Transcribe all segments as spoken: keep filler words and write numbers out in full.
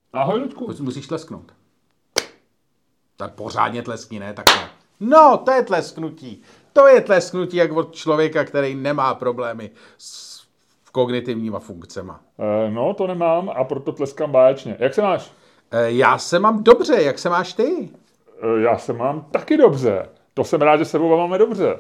Ahoj, Luďku. Musíš tlesknout. Tak pořádně tleskni, ne? Takhle. No, to je tlesknutí. To je tlesknutí jak od člověka, který nemá problémy s kognitivníma funkcema. E, no, to nemám a proto tleskám báječně. Jak se máš? E, já se mám dobře, jak se máš ty? E, já se mám taky dobře. To jsem rád, že se oba máme dobře.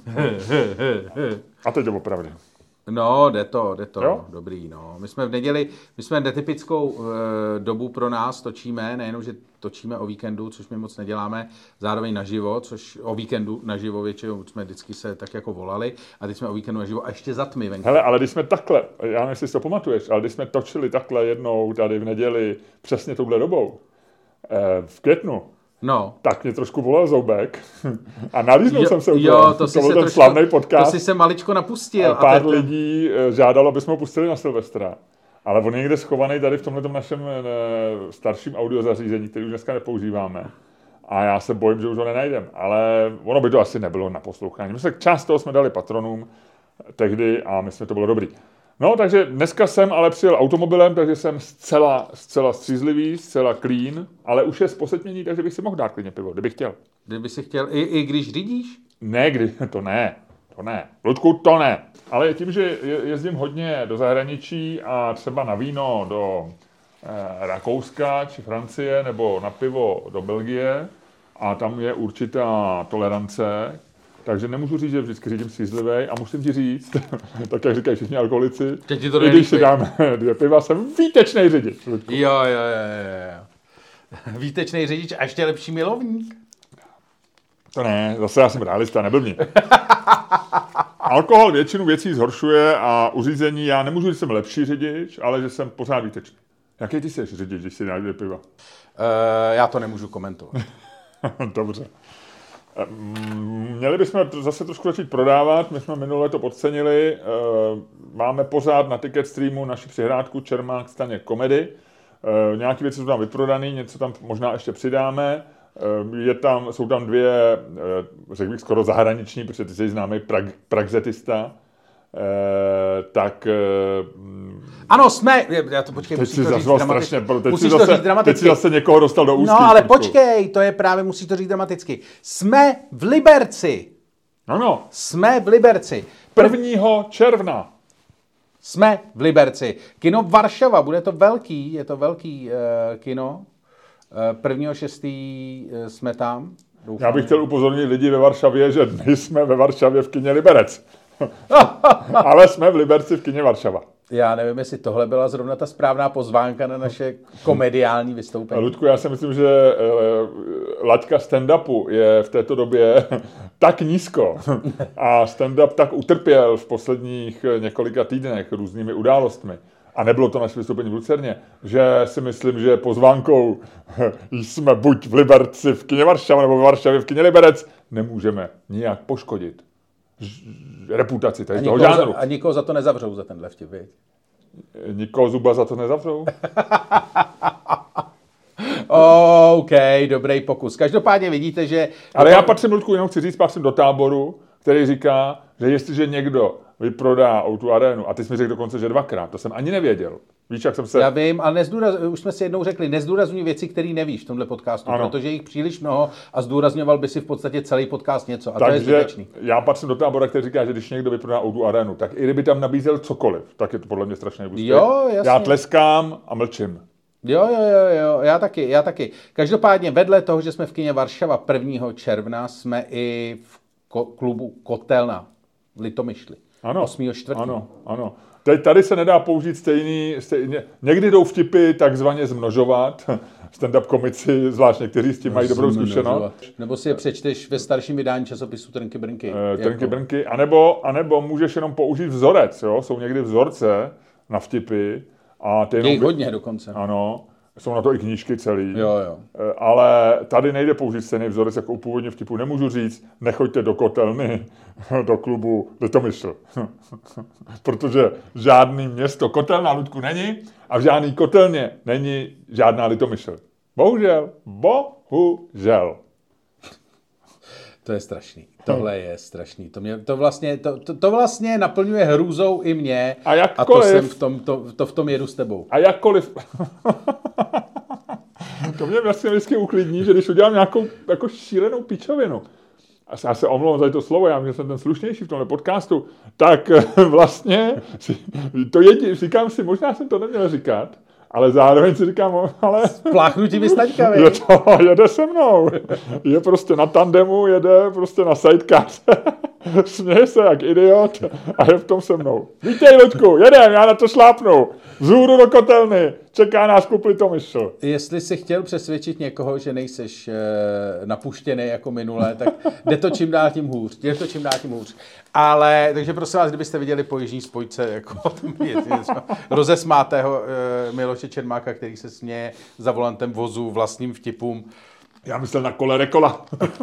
A teď opravdu. No, jde to, jde to. Jo? Dobrý, no. My jsme v neděli, my jsme netypickou e, dobu pro nás točíme, nejenom, že točíme o víkendu, což my moc neděláme, zároveň naživo, což o víkendu naživo většinou jsme vždycky se tak jako volali, a teď jsme o víkendu naživo a ještě za tmy venku. Hele, ale když jsme takhle, já nevím, jestli si to pamatuješ, ale když jsme točili takhle jednou tady v neděli přesně touhle dobou, e, v květnu, no. Tak mě trošku volal zoubek a nalíznul jsem se u toho. Jo, to, to si byl se ten trošku, slavný podcast. To si se maličko napustil. A pár a to... lidí žádalo, aby jsme ho pustili na Silvestra. Ale on je někde schovaný tady v tomhletom našem starším audiozařízení, který už dneska nepoužíváme. A já se bojím, že už ho nenajdem. Ale ono by to asi nebylo na poslouchání. My jsme část toho jsme dali patronům tehdy a myslím, že to bylo dobrý. No, takže dneska jsem ale přijel automobilem, takže jsem zcela, zcela střízlivý, zcela clean, ale už je z posetmění, takže bych si mohl dát klidně pivo, kdybych chtěl. Kdyby si chtěl, i, i když řídíš? Ne, kdy, to ne, to ne. Ludku, to ne. Ale tím, že jezdím hodně do zahraničí a třeba na víno do eh, Rakouska či Francie nebo na pivo do Belgie a tam je určitá tolerance, takže nemůžu říct, že vždycky řídím střízlivej a musím ti říct, tak jak říkají všichni alkoholici, i když si dáme dvě piva, jsem výtečnej řidič. Ludku. Jo, jo, jo, jo. Výtečnej řidič a ještě lepší milovník. To ne, zase já jsem realista, neblbni. Alkohol většinu věcí zhoršuje a u řízení já nemůžu říct, že jsem lepší řidič, ale že jsem pořád výtečný. Jaký ty jsi řidič, když si dáš dvě piva? Uh, já to nemůžu komentovat. Dobře. Měli bychom zase trošku začít prodávat, my jsme minule to podcenili, máme pořád na Ticket Streamu naši přihrádku Čermák Staněk Komedy, nějaké věci jsou tam vyprodané, něco tam možná ještě přidáme, je tam, jsou tam dvě, řekl bych skoro zahraniční, protože ty jsi známý prag, pragzetista, Eh, tak... Eh, ano, jsme... Já to počkej, musíš to říct dramaticky. Teď, musíš zase, to říct dramaticky. Teď si zase někoho dostal do úzkých. No, ale počkej, to je právě, musíš to říct dramaticky. Jsme v Liberci. Ano. Jsme v Liberci. prvního června. Jsme v Liberci. Kino Varšava, bude to velký, je to velký uh, kino. Uh, prvního šestý uh, jsme tam. Doufám. Já bych chtěl upozornit lidi ve Varšavě, že jsme ve Varšavě v kině Liberec. Ale jsme v Liberci v kině Varšava. Já nevím, jestli tohle byla zrovna ta správná pozvánka na naše komediální vystoupení. Ludku, já si myslím, že e, laťka stand-upu je v této době tak nízko a stand-up tak utrpěl v posledních několika týdnech různými událostmi. A nebylo to naše vystoupení v Lucerně, že si myslím, že pozvánkou jsme buď v Liberci v kině Varšava nebo v Varšavě v kině Liberec nemůžeme nijak poškodit reputaci tady toho žánru. A nikoho za to nezavřou, za tenhle vtip, viď? Nikoho zuba za to nezavřou? OK, dobrý pokus. Každopádně vidíte, že... Ale já patřím, Ludku, jenom chci říct, patřím do táboru, který říká, že jestliže někdo vyprodá O dva Arenu, a ty jsi mi řekl dokonce, že dvakrát, to jsem ani nevěděl. Víš, jak jsem se... Já vím, ale nezdůraz... už jsme si jednou řekli, nezdůrazňuji věci, které nevíš v tomhle podcastu, ano. Protože je jich příliš mnoho a zdůrazňoval by si v podstatě celý podcast něco. A takže to je zbytečný. Já patřím do tábora, který říká, že když někdo vyprodá O dva Arenu, tak i kdyby tam nabízel cokoliv, tak je to podle mě strašně úspěch. Jo, jasně. Já tleskám a mlčím. Jo, jo, jo, jo, já taky, já taky. Každopádně vedle toho, že jsme v kině Varšava prvního června, jsme i v ko- klubu Kotelna v Litomyšli. Ano, osmého čtvrtého ano, ano. Teď tady se nedá použít stejný, stejný, někdy jdou vtipy takzvaně zmnožovat, stand-up komici, zvlášť někteří s tím mají dobrou zkušenost. Nebo si je přečteš ve starším vydání časopisu Trnky Brnky. E, Trnky jako... Brnky, anebo, anebo můžeš jenom použít vzorec, jo? Jsou někdy vzorce na vtipy. A ty jenom... Je hodně dokonce. Ano. Jsou na to i knížky celý. Jo, jo. Ale tady nejde použít stejný vzorec jako u původně vtipu. Nemůžu říct, nechoďte do kotelny, do klubu Litomyšl. Protože žádný město kotelna, Ludku, není a v žádný kotelně není žádná Litomyšl. Bohužel. Bohužel. To je strašný. Tohle je strašný. To, mě, to, vlastně, to, to, to vlastně naplňuje hrůzou i mě. A jakkoliv... A to jsem v tom, to, to v tom jedu s tebou. A jakkoliv... to mě vlastně vždycky uklidní, že když udělám nějakou jako šílenou pičovinu, a já se omlouvám za to slovo, já jsem ten slušnější v tomhle podcastu, tak vlastně to je, říkám si, možná jsem to neměl říkat, ale zároveň si říkám, ale... Spláchnutí staňkami. Je to, jede se mnou. Je prostě na tandemu, jede prostě na sidecar. Směje se jak idiot a je v tom se mnou. Vítej, Luďku, jedem, já na to šlápnu. Vzhůru do kotelny, čeká nás Kuplitomysl. Jestli jsi chtěl přesvědčit někoho, že nejseš e, napuštěný jako minule, tak jde to čím dál tím hůř. Jde to čím dál tím hůř. Ale, takže prosím vás, kdybyste viděli po jižní spojce, jako rozesmátého e, Miloše Čermáka, který se směje za volantem vozu vlastním vtipům. Já myslel na kole rekola.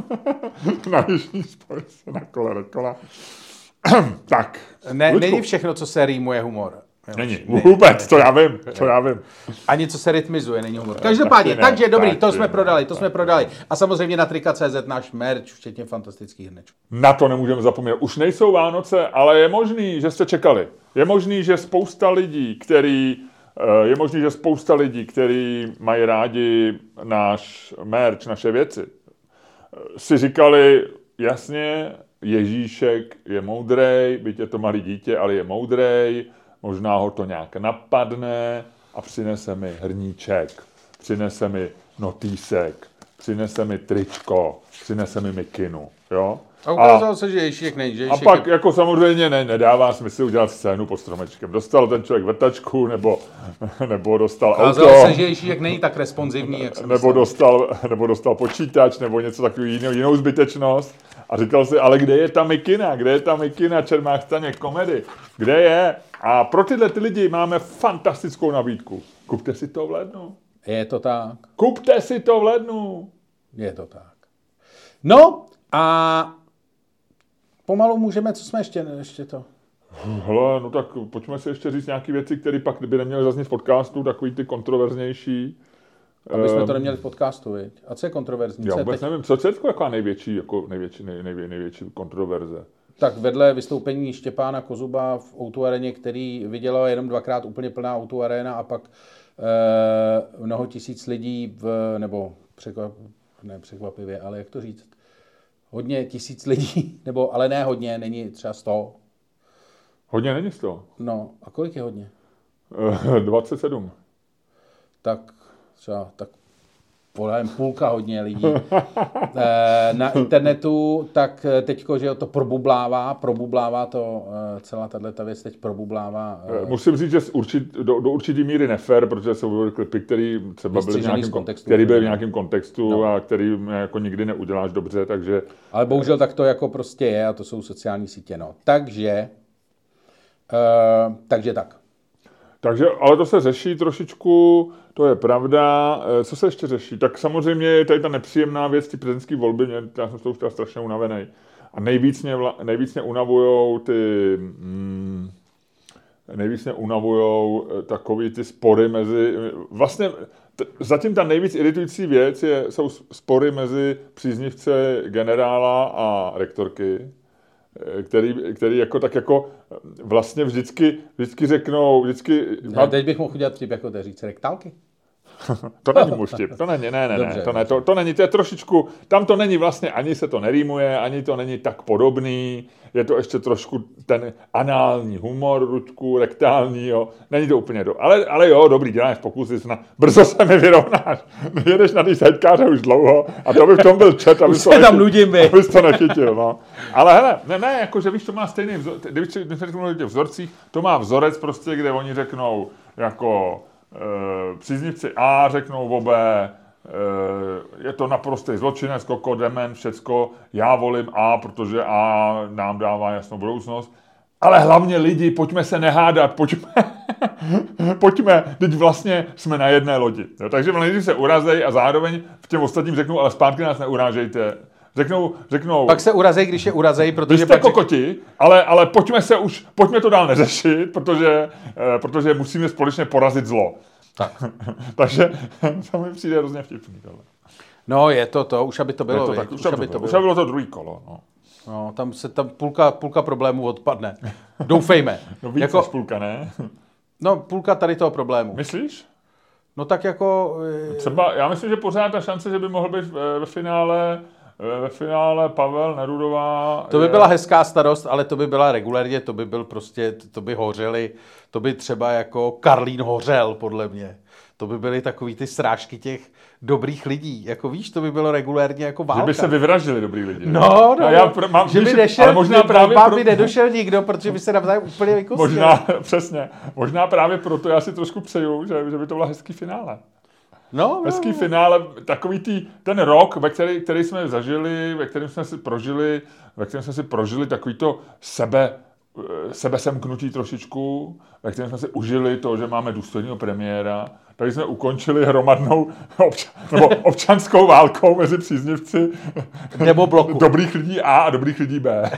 Na jižní spojce, na kole rekola. Tak. Ne, není všechno, co se rýmuje, humor. Není, vůbec, to já vím, to já vím. Ani co se rytmizuje, není humor. Každopádně, tak takže dobrý, to jsme prodali, to jsme prodali. A samozřejmě na trika tečka cé zet náš merch, včetně fantastických hrnečků. Na to nemůžeme zapomínat. Už nejsou Vánoce, ale je možný, že jste čekali. Je možný, že spousta lidí, který, je možný, že spousta lidí, kteří mají rádi náš merch, naše věci, si říkali, jasně, Ježíšek je moudrej, byť je to malý dítě, ale je moudrej, možná ho to nějak napadne a přinese mi hrníček, přinese mi notýsek, přinese mi tričko, přinese mi mikinu, jo? A ukázalo se, že Ježíšek není. Že Ježíšek a pak je... jako samozřejmě ne, nedává smysl udělat scénu pod stromečkem. Dostal ten člověk vrtačku, nebo, nebo dostal ukázalo auto. se, že Ježíšek není tak responsivní, jak jsem nebo dostal, nebo dostal počítač, nebo něco takového jinou, jinou zbytečnost. A říkal si, ale kde je ta mikina? Kde je ta mikina Čermák Staněk komedy? Kde je? A pro tyhle ty lidi máme fantastickou nabídku. Kupte si to v lednu. Je to tak. Kupte si to v lednu. Je to tak. No a pomalu můžeme, co jsme ještě, ještě to? Hele, no tak pojďme si ještě říct nějaké věci, které pak by neměly zaznít v podcastu, takový ty kontroverznější. Aby jsme to neměli v podcastu, viď? A co je kontroverzní? Já vůbec teď... nevím, co je jako největší, jako největší, nej, nejvě, největší kontroverze? Tak vedle vystoupení Štěpána Kozuba v ó dvě aréně, který vidělo jenom dvakrát úplně plná ó dvě aréna a pak eh, mnoho tisíc lidí, v, nebo překvap, ne překvapivě, ale jak to říct, hodně tisíc lidí, nebo ale ne hodně, není třeba sto. Hodně není sto. No, a kolik je hodně? dvacet sedm. Tak třeba tak podám půlka hodně lidí. Na internetu tak teďko, že to probublává, probublává to, celá tato věc teď probublává. Musím říct, že určit, do, do určitý míry nefér, protože jsou klipy, které třeba byly v nějakém kontextu, který byly v nějakém kontextu no. a který jako nikdy neuděláš dobře, takže... Ale bohužel tak to jako prostě je a to jsou sociální sítě, no. Takže, uh, takže tak. Takže, ale to se řeší trošičku, to je pravda. Co se ještě řeší? Tak samozřejmě je tady ta nepříjemná věc, ty prezidentské volby, mě, já jsem z toho už strašně unavený. A nejvíc mě, vla, nejvíc mě unavujou ty... Mm, nejvíc mě unavujou takový ty spory mezi... Vlastně t, zatím ta nejvíc iritující věc je, jsou spory mezi příznivce generála a rektorky. Který, který jako tak jako vlastně vždycky, vždycky řeknou, vždycky... Ne, teď bych mohl udělat vtip jako to říct rektálky. To není můj vtip, to není, ne, ne, Dobře, ne, to, ne to, to není, to je trošičku, tam to není vlastně, ani se to nerýmuje, ani to není tak podobný, je to ještě trošku ten anální humor, Ruďku, rektální, jo, není to úplně do, ale, ale jo, dobrý, děláš pokusy, na, brzo se mi vyrovnáš, jedeš na té sidekáře už dlouho a to by v tom byl čet, abys to, tam nudím, abys to nechytil, no. Ale hele, ne, ne, jakože víš, to má stejný vzor, když se řeknou o vzorcích, to má vzorec prostě, kde oni řeknou, jako, Uh, příznivci A řeknou obé, uh, je to naprostý zločinec, koko, demen, všecko, já volím A, protože A nám dává jasnou budoucnost, ale hlavně lidi, pojďme se nehádat, pojďme, pojďme, teď vlastně jsme na jedné lodi. Jo, takže lidi se urazej a zároveň v těm ostatním řeknou, ale zpátky nás neurážejte. Řeknou, řeknou... Pak se urazej, když je urazej, protože... Vy jste pak kokoti, řek... ale, ale pojďme se už, pojďme to dál neřešit, protože, eh, protože musíme společně porazit zlo. Tak. Takže to mi přijde hrozně vtipný tohle. No je to to, už aby to bylo. To tak, už, už, aby to bylo. Už aby bylo to druhý kolo. No, no tam se tam půlka, půlka problémů odpadne. Doufejme. No víc jako... půlka, ne? No půlka tady toho problému. Myslíš? No tak jako... Třeba, já myslím, že pořád ta šance, že by mohl být ve, ve finále ve finále Pavel Nerudová. To by je... byla hezká starost, ale to by byla regulérně, to by byl prostě, to by hořeli, to by třeba jako Karlín hořel, podle mě. To by byly takový ty srážky těch dobrých lidí. Jako víš, to by bylo regulérně jako válka. Že by se vyvražili dobrý lidi. No, no, já pr- mám, že by víš, nešel, ale možná právě pro... pro... by nedošel nikdo, protože by se navzájem úplně vykostili. Možná, přesně. Možná právě proto já si trošku přeju, že, že by to byla hezký finále. No, Hezký no. finále, takový tý, ten rok, ve který, který jsme zažili, ve kterém jsme si prožili, ve kterém jsme si prožili takový to sebe, sebesemknutí trošičku, ve kterém jsme si užili to, že máme důstojného premiéra, tady jsme ukončili hromadnou obč- nebo občanskou válkou mezi příznivci nebo bloku. Dobrých lidí A a dobrých lidí B.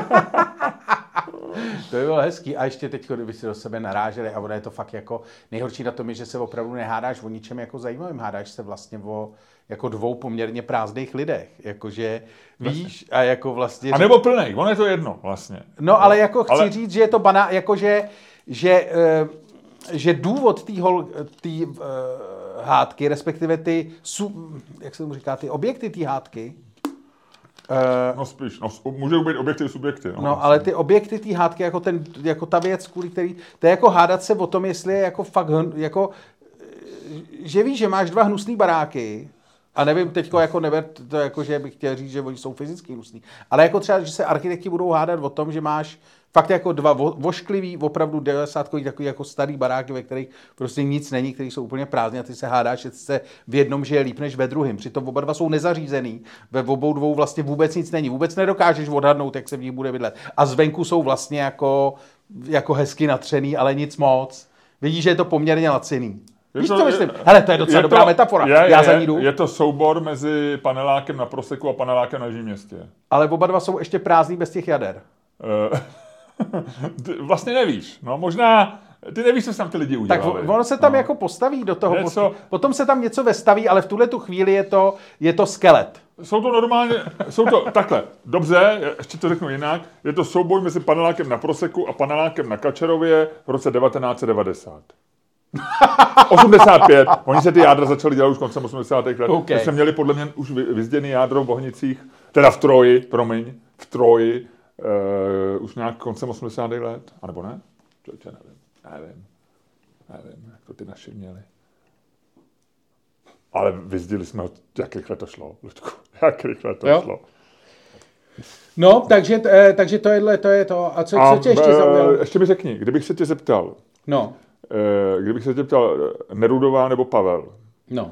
To by bylo hezký. A ještě teď, kdyby si do sebe naráželi, a ono je to fakt jako nejhorší na tom je, že se opravdu nehádáš o ničem jako zajímavým. Hádáš se vlastně o jako dvou poměrně prázdných lidech. Jakože víš a jako vlastně... A nebo plnej, ono je to jedno vlastně. No ale jako chci ale... říct, že je to baná, jakože že, že důvod té uh, hádky, respektive ty, jak se tomu říká, ty objekty té hádky, Uh, no spíš, no, můžou být objekty i subjekty. No, no ale ty objekty té hádky, jako, ten, jako ta věc, kvůli který, to je jako hádat se o tom, jestli je jako fakt, jako, že víš, že máš dva hnusný baráky, a nevím teďko, jako neber to jako, že bych chtěl říct, že oni jsou fyzicky hnusný, ale jako třeba, že se architekti budou hádat o tom, že máš fakt jako dva vošklivý, opravdu devadesátkový takový jako starý baráky, ve kterých prostě nic není, který jsou úplně prázdní a ty se hádáš, že se v jednom žije líp než ve druhém. Přitom oba dva jsou nezařízený, ve obou dvou vlastně vůbec nic není. Vůbec nedokážeš odhadnout, jak se v nich bude bydlet. A zvenku jsou vlastně jako, jako hezky natřený, ale nic moc. Vidíš, že je to poměrně laciný. Je Víš, to, co myslím? Hele, to je docela je dobrá to, metafora. Je, Já je, za ní jdu. Je to soubor mezi panelákem na Proseku a panelákem na Jižním Městě. Ale oba dva jsou ještě prázdný bez těch jader. Vlastně nevíš. No možná, ty nevíš, co se tam ty lidi udělali. Tak ono se tam no. jako postaví do toho. Něco... Potom se tam něco vestaví, ale v tuhle tu chvíli je to, je to skelet. Jsou to normálně, jsou to takhle, dobře, ještě to řeknu jinak, je to souboj mezi panelákem na Proseku a panelákem na Kačerově v roce devatenáct set devadesát. osmdesát pět. Oni se ty jádra začali dělat už koncem osmdesátých let. Okay. My jsme měli podle mě už vyzděný jádro v Bohnicích, teda v Troji, promiň, v Troji, uh, už nějak koncem osmdesátých let, anebo ne? Člověče, nevím, nevím, nevím, jak to ty naši měli. Ale vyzděli jsme, jak rychle to šlo, Luďku, jak rychle to jo? šlo. No, takže, takže to je to. Je to. A co, A, co tě ještě zaujalo? Ještě mi řekni, kdybych se tě zeptal, no. kdybych se tě ptal Nerudová nebo Pavel, no.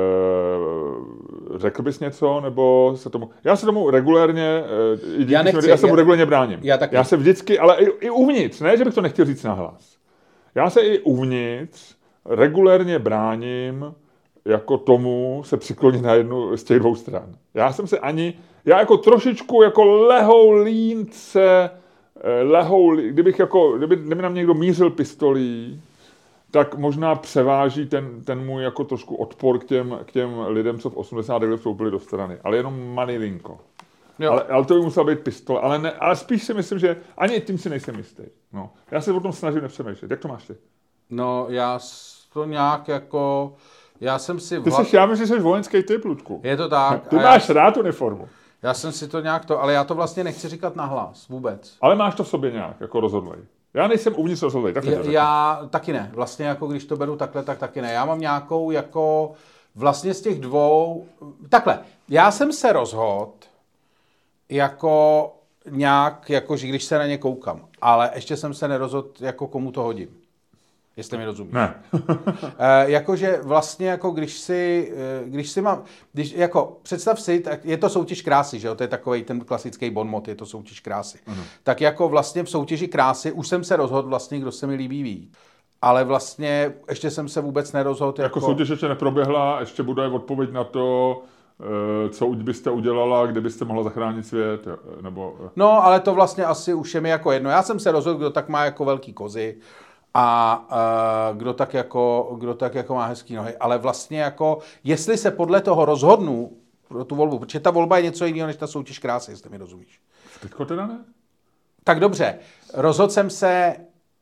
řekl bys něco, nebo se tomu... Já se tomu regulérně, já, nechci, já se tomu já, regulérně bráním. Já, taky. já se vždycky, ale i, i uvnitř, ne, že bych to nechtěl říct nahlas. Já se i uvnitř regulérně bráním jako tomu se přiklonit na jednu z těch dvou stran. Já jsem se ani, já jako trošičku jako lehou línce, lehou, kdybych jako, kdyby, kdyby nám někdo mířil pistolí, tak možná převáží ten, ten můj jako trošku odpor k těm, k těm lidem, co v osmdesátých letech vstoupili do strany. Ale jenom malilinko. Ale, ale to by musela být pistole. Ale, ne, ale spíš si myslím, že ani tím si nejsem jistý. No. Já se o tom snažím nepřemýšlet. Jak to máš ty? No, já to nějak jako... Já jsem si... Ty jsi, já myslím, že jsi vojenský typ, Ludku. Je to tak. Ty máš já... rád uniformu. Já jsem si to nějak to... Ale já to vlastně nechci říkat nahlas. Vůbec. Ale máš to v sobě nějak, jako rozhodlej. Já nejsem uvnitř rozhodlej. Já, já taky ne. Vlastně jako když to beru takhle, tak taky ne. Já mám nějakou jako... Vlastně z těch dvou... Takhle. Já jsem se rozhodl jako nějak, jako, že když se na ně koukám. Ale ještě jsem se nerozhodl, jako komu to hodím. Jestli mi rozumíš. Ne. e, jakože vlastně, jako když si, když si mám, když, jako představ si, tak je to soutěž krásy, že jo, to je takovej ten klasický bonmot, je to soutěž krásy. Uh-huh. Tak jako vlastně v soutěži krásy už jsem se rozhodl vlastně, kdo se mi líbí víc. Ale vlastně ještě jsem se vůbec nerozhodl. Jako, jako soutěž ještě neproběhla, ještě bude odpověď na to, co byste udělala, kdybyste mohla zachránit svět, nebo... No, ale to vlastně asi už je mi jako jedno. Já jsem se rozhodl, kdo tak má jako velký kozy. A uh, kdo, tak jako, kdo tak jako má hezký nohy. Ale vlastně jako, jestli se podle toho rozhodnu pro tu volbu, protože ta volba je něco jiného, než ta soutěž krásy, jestli mi rozumíš. Teďko teda ne? Tak dobře, rozhodl jsem se,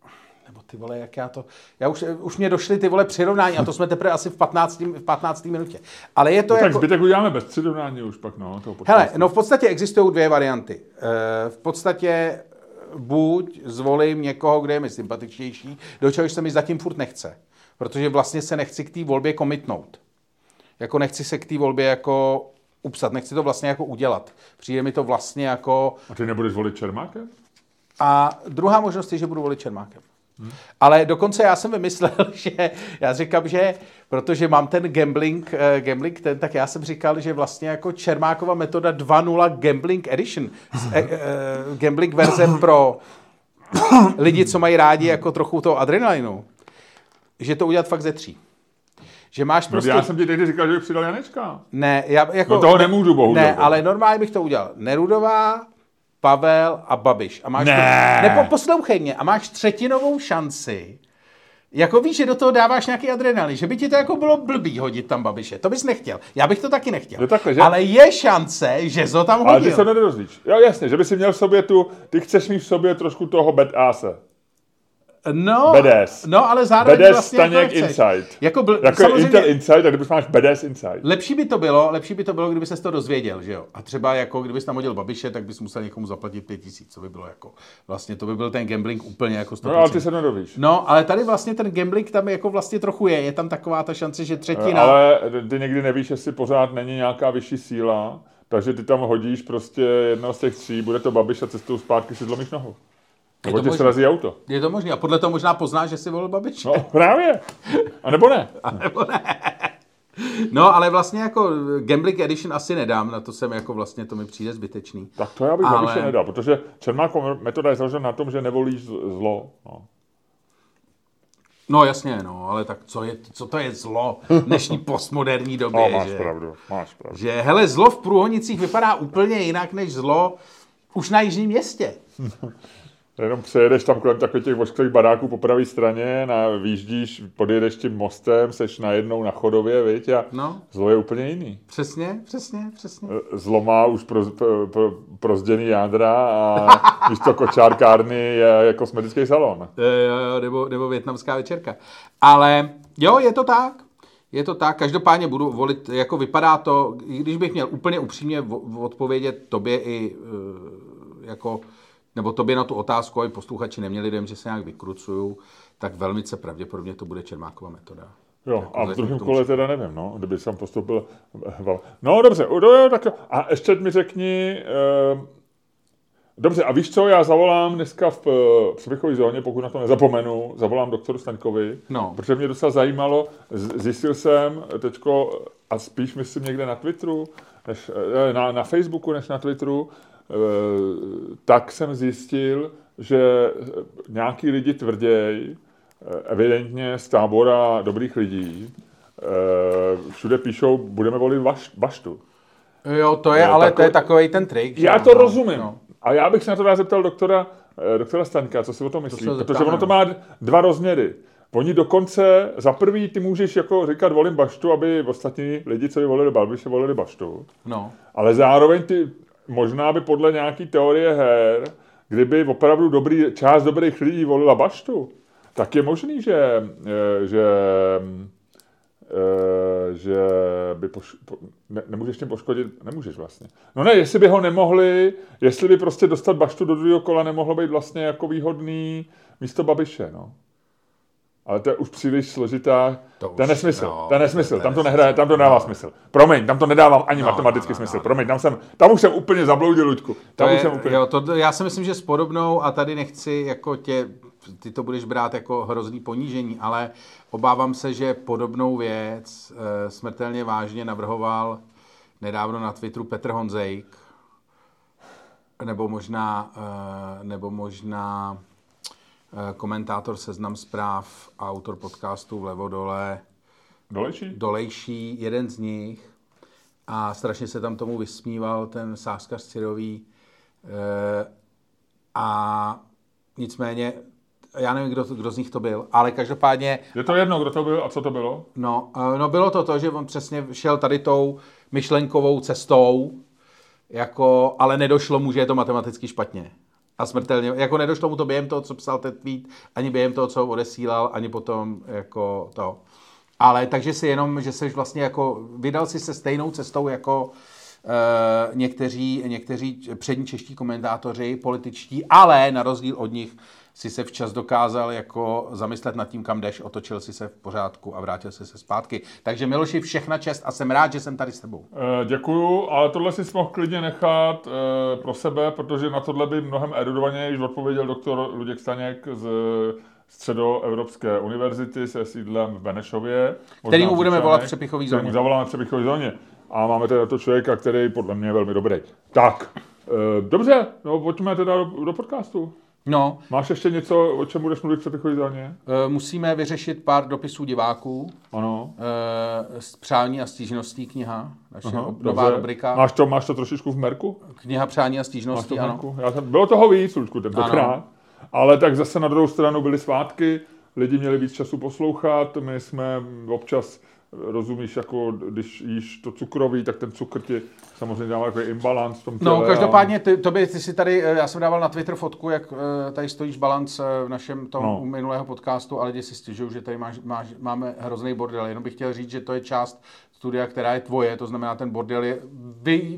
Nebo ty vole, jak já to... Já už, už mě došly ty vole přirovnání a to jsme teprve asi v patnácté minutě. Ale je to no, jako... Tak zbytek uděláme bez přirovnání už pak, no. Toho Hele, no v podstatě existují dvě varianty. E, v podstatě buď zvolím někoho, kde je mi sympatičnější, do čehož se mi zatím furt nechce. Protože vlastně se nechci k té volbě komitnout. Jako nechci se k té volbě jako upsat, nechci to vlastně jako udělat. Přijde mi to vlastně jako... A ty nebudeš volit Čermákem? A druhá možnost je, že budu volit Čermákem. Hmm. Ale dokonce já jsem vymyslel, že já říkám, že protože mám ten gambling, uh, gambling ten, tak já jsem říkal, že vlastně jako Čermákova metoda dva nula Gambling Edition, uh, uh, gambling verze pro lidi, co mají rádi jako trochu toho adrenalinu, že to udělat fakt ze tří. Že máš prostě... No, já jsem ti tehdy říkal, že bych přidal Janečka. Ne, já jako... No toho nemůžu, bohužel. Ne, ale normálně bych to udělal. Nerudová, Pavel a Babiš. A máš ne. To, nepo, poslouchej mě. A máš třetinovou šanci. Jako víš, že do toho dáváš nějaký adrenalin. Že by ti to jako bylo blbý hodit tam Babiše. To bys nechtěl. Já bych to taky nechtěl. Takhle, že? Ale je šance, že to tam hodil. Ale ty se nedorozvíš. Jo, jasně, že by si měl v sobě tu... Ty chceš mít v sobě trošku toho badasse. No, badass. no, ale zároveň badass vlastně Staněk jako Inside. Jako, byl, jako Intel Inside, a kdybys máš badass Inside. Lepší by to bylo, lepší by to bylo, kdyby ses to dozvěděl, že jo? A třeba jako kdybys tam hodil Babiše, tak bys musel někomu zaplatit pět tisíc, co by bylo jako, vlastně to by byl ten gambling úplně jako sto procent. No, ale ty se nedovíš. No, ale tady vlastně ten gambling tam jako vlastně trochu je, je tam taková ta šance, že třetina... Ale ty někdy nevíš, jestli pořád není nějaká vyšší síla, takže ty tam hodíš prostě jednoho z těch tří, bude to Babiš a cestou zpátky si zlomíš nohu. Nebo ti srazí auto. Je to možné. A podle toho možná poznáš, že jsi volil Babiše. No právě. A nebo ne. A nebo ne. No, ale vlastně jako Gambling Edition asi nedám, na to jsem jako vlastně, to mi přijde zbytečný. Tak to já bych ale... Babiše nedal, protože Čermákova metoda je založena na tom, že nevolíš zlo. No. No jasně, no, ale tak co, je, co to je zlo v dnešní postmoderní době, no, máš že? pravdu, máš pravdu. Že, hele, zlo v Průhonicích vypadá úplně jinak, než zlo už na jižním městě. Jenom přejedeš tam kolem takových těch vošklých baráků po pravé straně, na, výjíždíš, podjedeš tím mostem, seš najednou na Chodově, viď, a no. Zlo je úplně jiný. Přesně, přesně, přesně. Zlo má už pro, pro, pro, prozděný jádra a místo kočárkárny je kosmetický salon. Jo, jo, nebo, nebo vietnamská večerka. Ale jo, je to tak. Je to tak, každopádně budu volit, jako vypadá to, když bych měl úplně upřímně odpovědět tobě i jako... nebo tobě na tu otázku, aby posluchači neměli dojem, že se nějak vykrucuju, tak velmi se pravděpodobně to bude Čermákova metoda. Jo, jako a v druhém kole teda nevím, no, kdyby jsem postoupil. No dobře, jo, tak a ještě mi řekni, eh, dobře, a víš co, já zavolám dneska v přebychové zóně, pokud na to nezapomenu, zavolám doktoru Staňkovi, no. Protože mě docela zajímalo, zjistil jsem teďko, a spíš myslím někde na Twitteru, než, na, na Facebooku, než na Twitteru, tak jsem zjistil, že nějaký lidi tvrději, evidentně z tábora dobrých lidí, všude píšou, budeme volit vaš, Baštu. Jo, to je, no, ale takový, to je takovej ten trik. Já to no, rozumím. No. A já bych se na to rád zeptal doktora, doktora Staňka, co si o tom myslí, to protože ono to má dva rozměry. Oni dokonce, za prvý ty můžeš jako říkat volím Baštu, aby ostatní lidi, co ji volili Babiše, volili Baštu. No. Ale zároveň ty možná by podle nějaký teorie her, kdyby opravdu dobrý, část dobrých lidí volila Baštu, tak je možný, že, že, že by poš, ne, nemůžeš tím poškodit, nemůžeš vlastně. No ne, jestli by ho nemohli, jestli by prostě dostat Baštu do druhého kola nemohlo být vlastně jako výhodný místo Babiše, no. Ale to je už příliš složitá. To, to je nesmysl. No, to je nesmysl. Tam to nehraje, tam to nedává no. smysl. Promiň, tam to nedávám ani no, matematický no, no, smysl. No. Promiň, tam jsem, tam už jsem úplně zabloudil, Luďku. Tam to už je, jsem úplně... jo, to, já si myslím, že s podobnou, a tady nechci jako tě, ty to budeš brát jako hrozný ponížení, ale obávám se, že podobnou věc e, smrtelně vážně navrhoval nedávno na Twitteru Petr Honzejk, nebo možná, e, nebo možná komentátor Seznam zpráv a autor podcastu Vlevo dole. Dolejší? Dolejší, jeden z nich. A strašně se tam tomu vysmíval ten sázkař Cirový. E, a nicméně, já nevím, kdo, kdo z nich to byl, ale každopádně... Je to jedno, kdo to byl a co to bylo? No, no bylo to to, že on přesně šel tady tou myšlenkovou cestou, jako, ale nedošlo mu, že je to matematicky špatně. A smrtelně, jako nedošlo mu to během toho, co psal ten tweet, ani během toho, co odesílal, ani potom jako to. Ale takže si jenom, že seš vlastně jako, vydal si se stejnou cestou jako uh, někteří, někteří přední čeští komentátoři, političtí, ale na rozdíl od nich si se včas dokázal jako zamyslet nad tím, kam jdeš, otočil si se v pořádku a vrátil si se zpátky. Takže Miloši, všechna čest a jsem rád, že jsem tady s tebou. E, děkuju, ale tohle si mohl klidně nechat e, pro sebe, protože na tohle by mnohem erudovaněji odpověděl doktor Luděk Staněk z Středoevropské univerzity se sídlem v Benešově. Kterýmu budeme volat v přepichový zóně. Kterýmu zavoláme v přepichový zóně. A máme teda to člověka, který podle mě je velmi dobrý. Tak, e, dobře, no pojďme teda do, do podcastu. No. Máš ještě něco, o čem budeš mluvit v přepichový zóně? E, musíme vyřešit pár dopisů diváků. Ano. E, Přání a stížností kniha. Naše Aha, nová dobře. rubrika. Máš to, máš to trošičku v merku? Kniha Přání a stížností, ano. Já jsem, bylo toho víc, Luďku, tentokrát. Ale tak zase na druhou stranu byly svátky, lidi měli víc času poslouchat, my jsme občas, rozumíš, jako když jíš to cukroví, tak ten cukr ti samozřejmě dává takový imbalans v tom těle. No, každopádně, ty, tobě, ty si tady, já jsem dával na Twitter fotku, jak tady stojíš balans v našem tom no. minulého podcastu, a lidi si stěžují, že tady máš, máš, máme hrozný bordel. Jenom bych chtěl říct, že to je část studia, která je tvoje, to znamená, ten bordel je vý,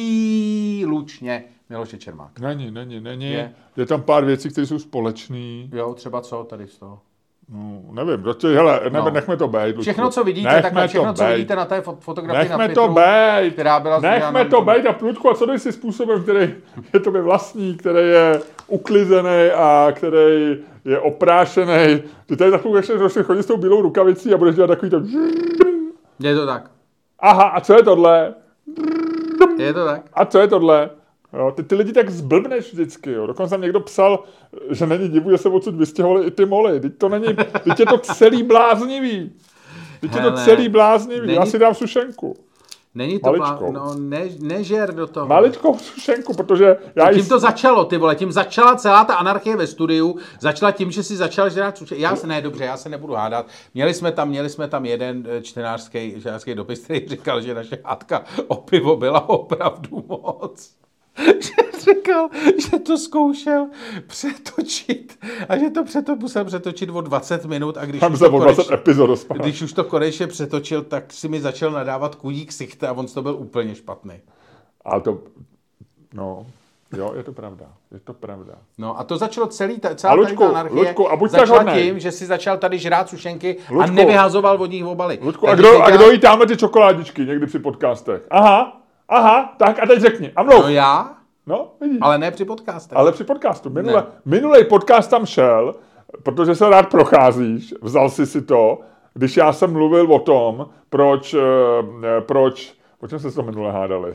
výlučně Miloše Čermák. Není, není, není. Je. je tam pár věcí, které jsou společné. Jo, třeba co tady z toho? No, nevím, do těch, hele, no. nechme to bejt. Všechno, co vidíte, tak všechno, co vidíte na té fotografii nechme na Twitteru, to bejt. která byla Nechme to bejt a Ludku, a co dej si způsobem, který je tobě vlastní, který je uklizený a který je oprášený. Ty tady takovou ještě chodit s tou bílou rukavicí a budeš dělat takový to... Je to tak. Aha, a co je tohle? Je to tak. A co je tohle? Jo, ty, ty lidi tak zblbneš vždycky, jo. Dokonce tam někdo psal, že není divu, že se odsud vystěhovali i ty moly. Teď to není, teď je to celý bláznivý. Teď je to celý bláznivý. Není... Já si dám sušenku. Není to blá... no ne, nežer do toho. Maličkou sušenku, protože já tím jist... to začalo, ty vole, tím začala celá ta anarchie ve studiu, začala tím, že si začal žrát sušenku. Já se ne, dobře, já se nebudu hádat. Měli jsme tam, měli jsme tam jeden čtenářský, čtenářský dopis, který říkal, že naše hádka o pivo byla opravdu moc. Že říkal, že to zkoušel přetočit a že to přeto musel přetočit o dvacet minut a když, tam už se to, konečně, epizod když už to konečně přetočil, tak si mi začal nadávat kudí ksichta a on to byl úplně špatný. Ale to, no, jo, je to pravda, je to pravda. No a to začalo celý, ta, celá Luďku, tady ta anarchie, Luďku, a buď začala tím, že si začal tady žrát sušenky Luďku, a nevyhazoval od nich obaly. Luďku, a kdo, dělal... a kdo jí tamhle ty čokoládičky někdy při podcastech? Aha. Aha, tak a teď řekni. A mluv. No já? No, vidíš. Ale ne při podcastu. Ale při podcastu. Minule, minulej podcast tam šel, protože se rád procházíš, vzal jsi si to, když já jsem mluvil o tom, proč, proč, o čem se to minule hádali?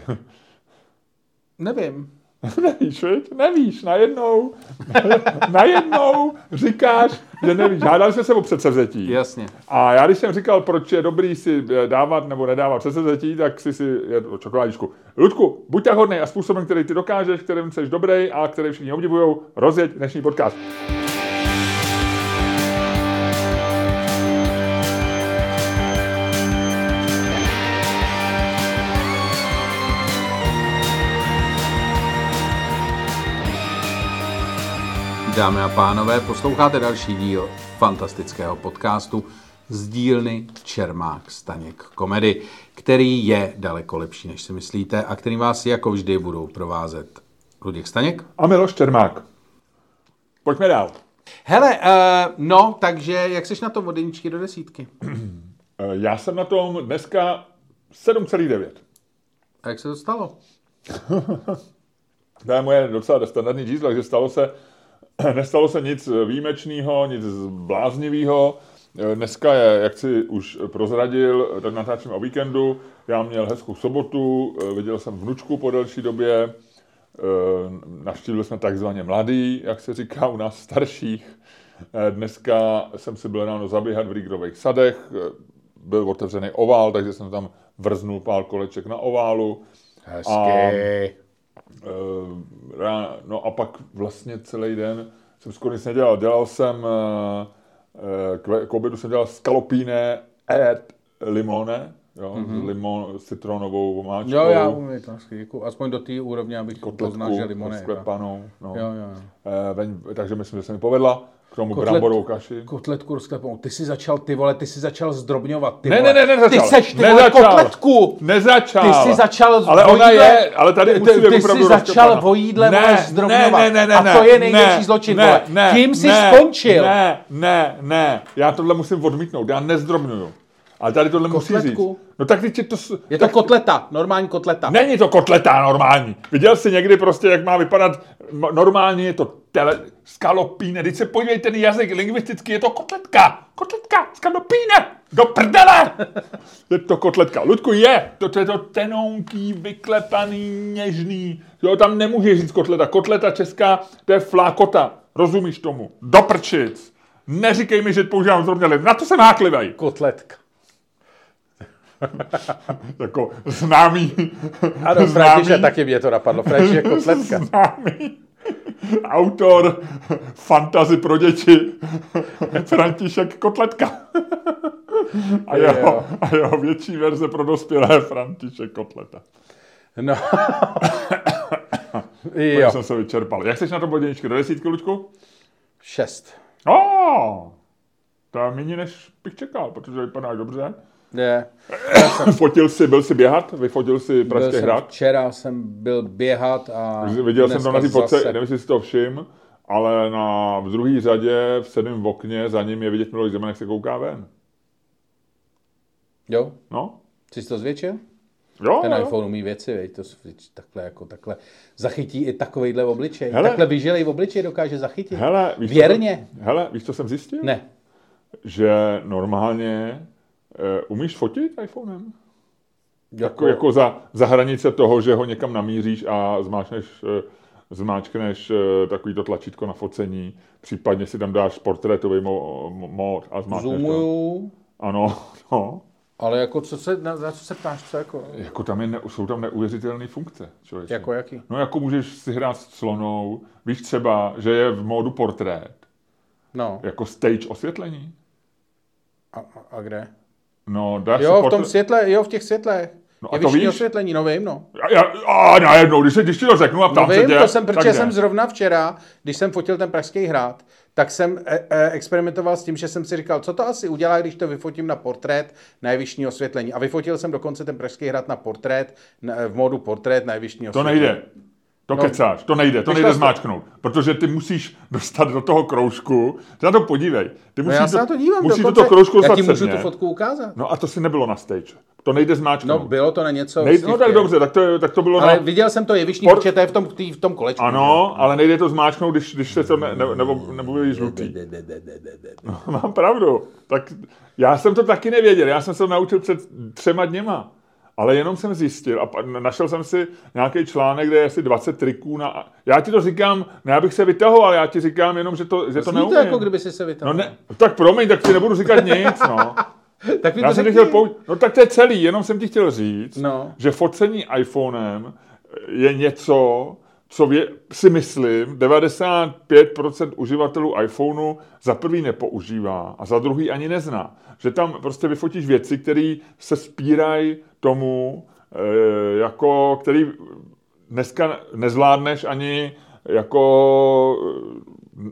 Nevím. Nevíš, viď? Nevíš, najednou, najednou říkáš, že nevíš. Hádali jsme se o předsevzetí. Jasně. A já když jsem říkal, proč je dobrý si dávat nebo nedávat předsevzetí, tak si si jedl čokoládičku. Ludku, buď tak hodnej a způsobem, který ty dokážeš, kterým jsi dobrý a který všichni obdivujou, rozjeď dnešní podcast. Dámy a pánové, posloucháte další díl fantastického podcastu z dílny Čermák Staněk Komedy, který je daleko lepší, než si myslíte a který vás jako vždy budou provázet Luděk Staněk a Miloš Čermák. Pojďme dál. Hele, uh, no, takže jak jsi na tom od jedničky do desítky? Já jsem na tom dneska sedm celá devět. A jak se to stalo? To je moje docela standardní číslo, takže stalo se Nestalo se nic výjimečného, nic bláznivého. Dneska je, jak si už prozradil, tak natáčím o víkendu. Já měl hezkou sobotu, viděl jsem vnučku po delší době, navštívili jsme takzvaně mladý, jak se říká u nás starších. Dneska jsem si byl ráno zaběhat v Rígrových sadech, byl otevřený ovál, takže jsem tam vrznul pár koleček na oválu. Hezky. A no a pak vlastně celý den jsem skoro nic nedělal. Dělal jsem, k obědu jsem dělal scaloppine et limone, jo, mm-hmm. s limon, s citronovou omáčkou. Jo, já umím to, jako, aspoň do té úrovně, abych poznal, že limon je. Sklepanou, no. Jo, jo. E, veň, takže myslím, že se mi povedla. K tomu Kotlet, bramborovou kaši. Kotletku rozklepanou. Ty jsi začal, ty vole, ty jsi začal zdrobňovat, ty ne, vole. Ne, ne, nezačal. Ty seš, ty nezačal. vole, kotletku. Nezačal. Ty jsi začal ale vojídle, ona je, ale tady ty, musí ty, být ty opravdu jsi začal rozklepaná. vojídle, ne, vole, zdrobňovat. Ne, ne, ne, ne, a to je největší ne, zločin, ne, vole. Ne, Tím jsi ne, skončil. Ne, ne, ne, já tohle musím odmítnout, já nezdrobňuju. Ale tady tohle Kotletku? musí říct. No tak ty to... Je to tak, kotleta, normální kotleta. Není to kotleta normální. Viděl jsi někdy prostě, jak má vypadat normálně, je to tele, skalopíne. Teď se podívej, ten jazyk lingvisticky, je to kotletka. Kotletka, skalopíne. Do prdele. Je to kotletka. Ludku, je. To, to je to tenonký, vyklepaný, něžný. Jo, tam nemůžeš říct kotleta. Kotleta česká, to je flákota. Rozumíš tomu? Do prčic. Neříkej mi, že používám zrovna lid. Na to jsem háklivej. Kotletka. Jako známý. Ano, František taky mě to napadlo. František kotletka. Známý autor fantasy pro děti František Kotletka. A jeho, a jeho větší verze pro dospělé František Kotleta. No. Jo. Jsem se vyčerpal. Jak jsi na tom bodě do desítky, Luďku? Šest. Oh, to je méně, než bych čekal, protože vypadáš dobře. Je. Fotil jsi, byl jsi běhat? Vyfotil jsi Pražský hrad? Včera jsem byl běhat a viděl jsem to na té fotce, nevím, jestli si to všim, ale na, v druhé řadě, v sedmém v okně, za ním je vidět Miloš Zeman, jak se kouká ven. Jo? No. Jsi to zvětšil? Jo, Ten jo. iPhone umí věci, veď, to takhle, jako takhle zachytí i takovejhle obličej. Hele, takhle vyžilej obličej dokáže zachytit. Hele, víš, věrně. Co, hele, víš, co jsem zjistil? Ne. Že normálně uh, umíš fotit iPhonem? Jako, jako, jako za, za hranice toho, že ho někam namíříš a zmáčkneš, uh, zmáčkneš uh, takový to tlačítko na focení, případně si tam dáš portrétový mo- mo- mod a zmáčkneš Zoomuju. to. Ano, no. Ale jako, co se, na, na co se ptáš, co jako? Jako tam je, ne, jsou tam neuvěřitelné funkce, člověče. Jako jaký? No jako můžeš si hrát s clonou, víš třeba, že je v módu portrét. No. Jako stage osvětlení. A, a, a kde? No, dáš jo, si v tom portrét... světle, jo, v těch světlech. No je a to vyšší víš? osvětlení, no vím, no. Já, a najednou, když, když ti to řeknu a ptám no se vím, tě, to jsem, protože tak jsem jde. zrovna včera, když jsem fotil ten Pražský hrad, tak jsem e, e, experimentoval s tím, že jsem si říkal, co to asi udělá, když to vyfotím na portrét najvyšší osvětlení. A vyfotil jsem dokonce ten Pražský hrad na portrét, na, v módu portrét najvyšší osvětlení. To nejde. To no, kecáš, to nejde, to nejde zmáčknout, protože ty musíš dostat do toho kroužku, ty na to podívej. Ty musíš no já se do, na to dívám musíš dokonce, do toho kroužku já ti můžu sedně. tu fotku ukázat. No a to si nebylo na stage, to nejde zmáčknout. No bylo to na něco. Nejde, no tak dobře, tak to, tak to bylo ale na... viděl jsem to jevištní, Por... protože to je v tom, tý, v tom kolečku. Ano, že? Ale nejde to zmáčknout, když, když se to ne, ne, nebo, nebo bude žlutý. No, mám pravdu. Tak já jsem to taky nevěděl, já jsem se to naučil před třema dněma. Ale jenom jsem zjistil a našel jsem si nějaký článek, kde je asi dvacet triků na... Já ti to říkám, ne abych se vytahoval, já ti říkám jenom, že to, že to neumím. to jako kdyby si se vytahoval. No ne, tak promiň, tak ti nebudu říkat nic, no. Tak mi já to jsem ti řekni. chtěl pou... No tak to je celý, jenom jsem ti chtěl říct, no. že focení iPhonem je něco, co vě... si myslím, devadesát pět procent uživatelů iPhoneu za prvý nepoužívá a za druhý ani nezná. Že tam prostě vyfotíš věci, které se spírají tomu, e, jako, který dneska nezvládneš ani jako e,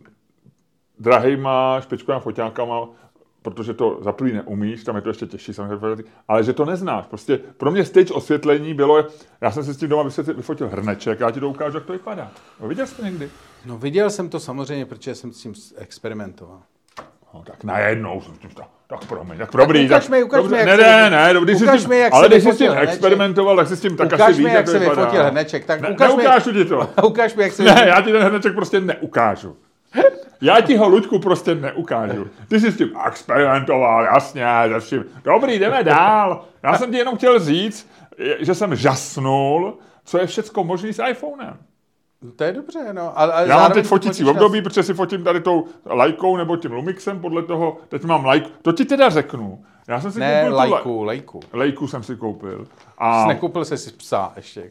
drahejma špičkovými foťákama, protože to za prvý neumíš, tam je to ještě těžší, samozřejmě, ale že to neznáš. Prostě pro mě stage osvětlení bylo, já jsem si s tím doma vyfotil hrneček, já ti to ukážu, jak to vypadá. No, viděl jsi to někdy? No viděl jsem to samozřejmě, protože jsem s tím experimentoval. No, tak najednou jsem tím tak, tak promiň, tak dobrý. Tak ukaž tak, mi, ukaž dobře, mi, jak ne, se, ne, ne, ne, když ukaž jsi mi, jak ale se když jsi s tím vyfotil experimentoval, tak si s tím tak ukaž asi mi, víš, jak to se vypadá. vyfotil hrneček, tak ne, ukaž neukážu mi, ti to. ukaž mi, jak se Ne, já ti ten hrneček prostě neukážu. Já ti ho, Luďku, prostě neukážu. Ty jsi s tím experimentoval, jasně, s tím. Dobrý, jdeme dál. Já jsem ti jenom chtěl říct, že jsem žasnul, co je všecko možný s iPhonem. To je dobře, no. Ale, ale já mám teď fotící období, protože si fotím tady tou lajkou nebo tím Lumixem, podle toho, teď mám lajku. To ti teda řeknu. Já jsem si ne, koupil lajku, la... lajku. Lajku jsem si koupil. A... Jsi nekoupil jsi si psa ještě.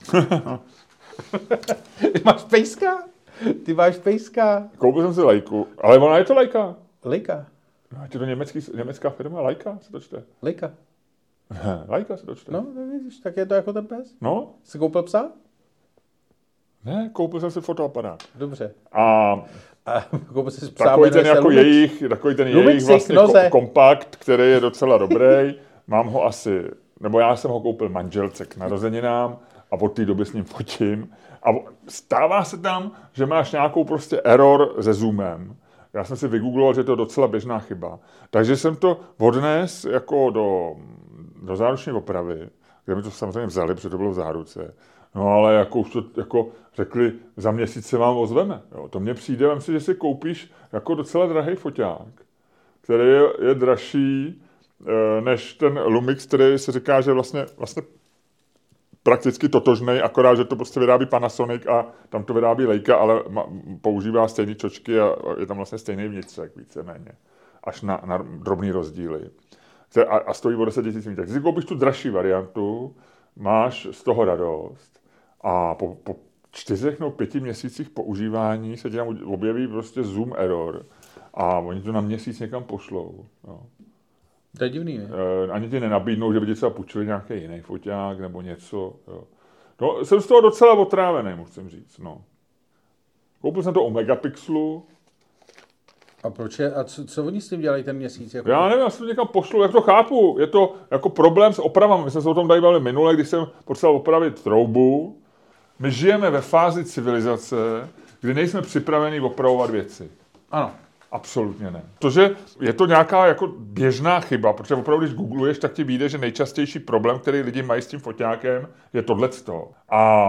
Máš pejska? Ty máš pejska? Koupil jsem si lajku, ale ona je to lajka. Lajka. No, je to německý, německá firma, lajka se to čte. Lajka. Lajka se dočte. No, tak vidíš, tak je to jako ten pes. No? Jsi koupil psa? Ne, koupil jsem si fotoaparát. Dobře. A, a koupil jsi psa, takový ten jako Lumix. jejich, takový ten Lumix jejich vlastně noze. kompakt, který je docela dobrý. Mám ho asi, nebo já jsem ho koupil manželce k narozeninám a od té doby s ním fotím. A stává se tam, že máš nějakou prostě error se zoomem. Já jsem si vygoogloval, že to je docela běžná chyba. Takže jsem to odnes jako do, do záruční opravy, kde mi to samozřejmě vzali, protože to bylo v záruce. No ale jako už to jako řekli, za měsíc se vám ozveme. Jo, to mně přijde, vem si, že si koupíš jako docela drahý foťák, který je, je dražší e, než ten Lumix, který se říká, že vlastně, vlastně prakticky totožnej, akorát, že to prostě vyrábí Panasonic a tam to vyrábí Leica, ale ma, používá stejné čočky a je tam vlastně stejný vnitřek víceméně. Až na, na drobný rozdíly. A, a stojí o deset tisíc víc. Tak si koupíš tu dražší variantu, máš z toho radost a po, po čtyřech nebo pěti měsících používání se ti tam objeví prostě zoom error a oni to na měsíc někam pošlou. Jo. To je divný, ne? E, ani ti nenabídnou, že by ti třeba půjčili nějaký jiný foťák nebo něco. Jo. No, jsem z toho docela otrávený, musím říct. No. Koupil jsem to o megapixelu. A proč je, a co, co oni s tím dělají ten měsíc? Jako... Já nevím, já jsem to někam pošlu, jak to chápu. Je to jako problém s opravami. My jsme se o tom tady bavili minule, když jsem potřeboval opravit troubu. My žijeme ve fázi civilizace, kdy nejsme připraveni opravovat věci. Ano. Absolutně ne. Protože je to nějaká jako běžná chyba, protože opravdu, když googluješ, tak ti vyjde, že nejčastější problém, který lidi mají s tím foťákem, je tohleto. A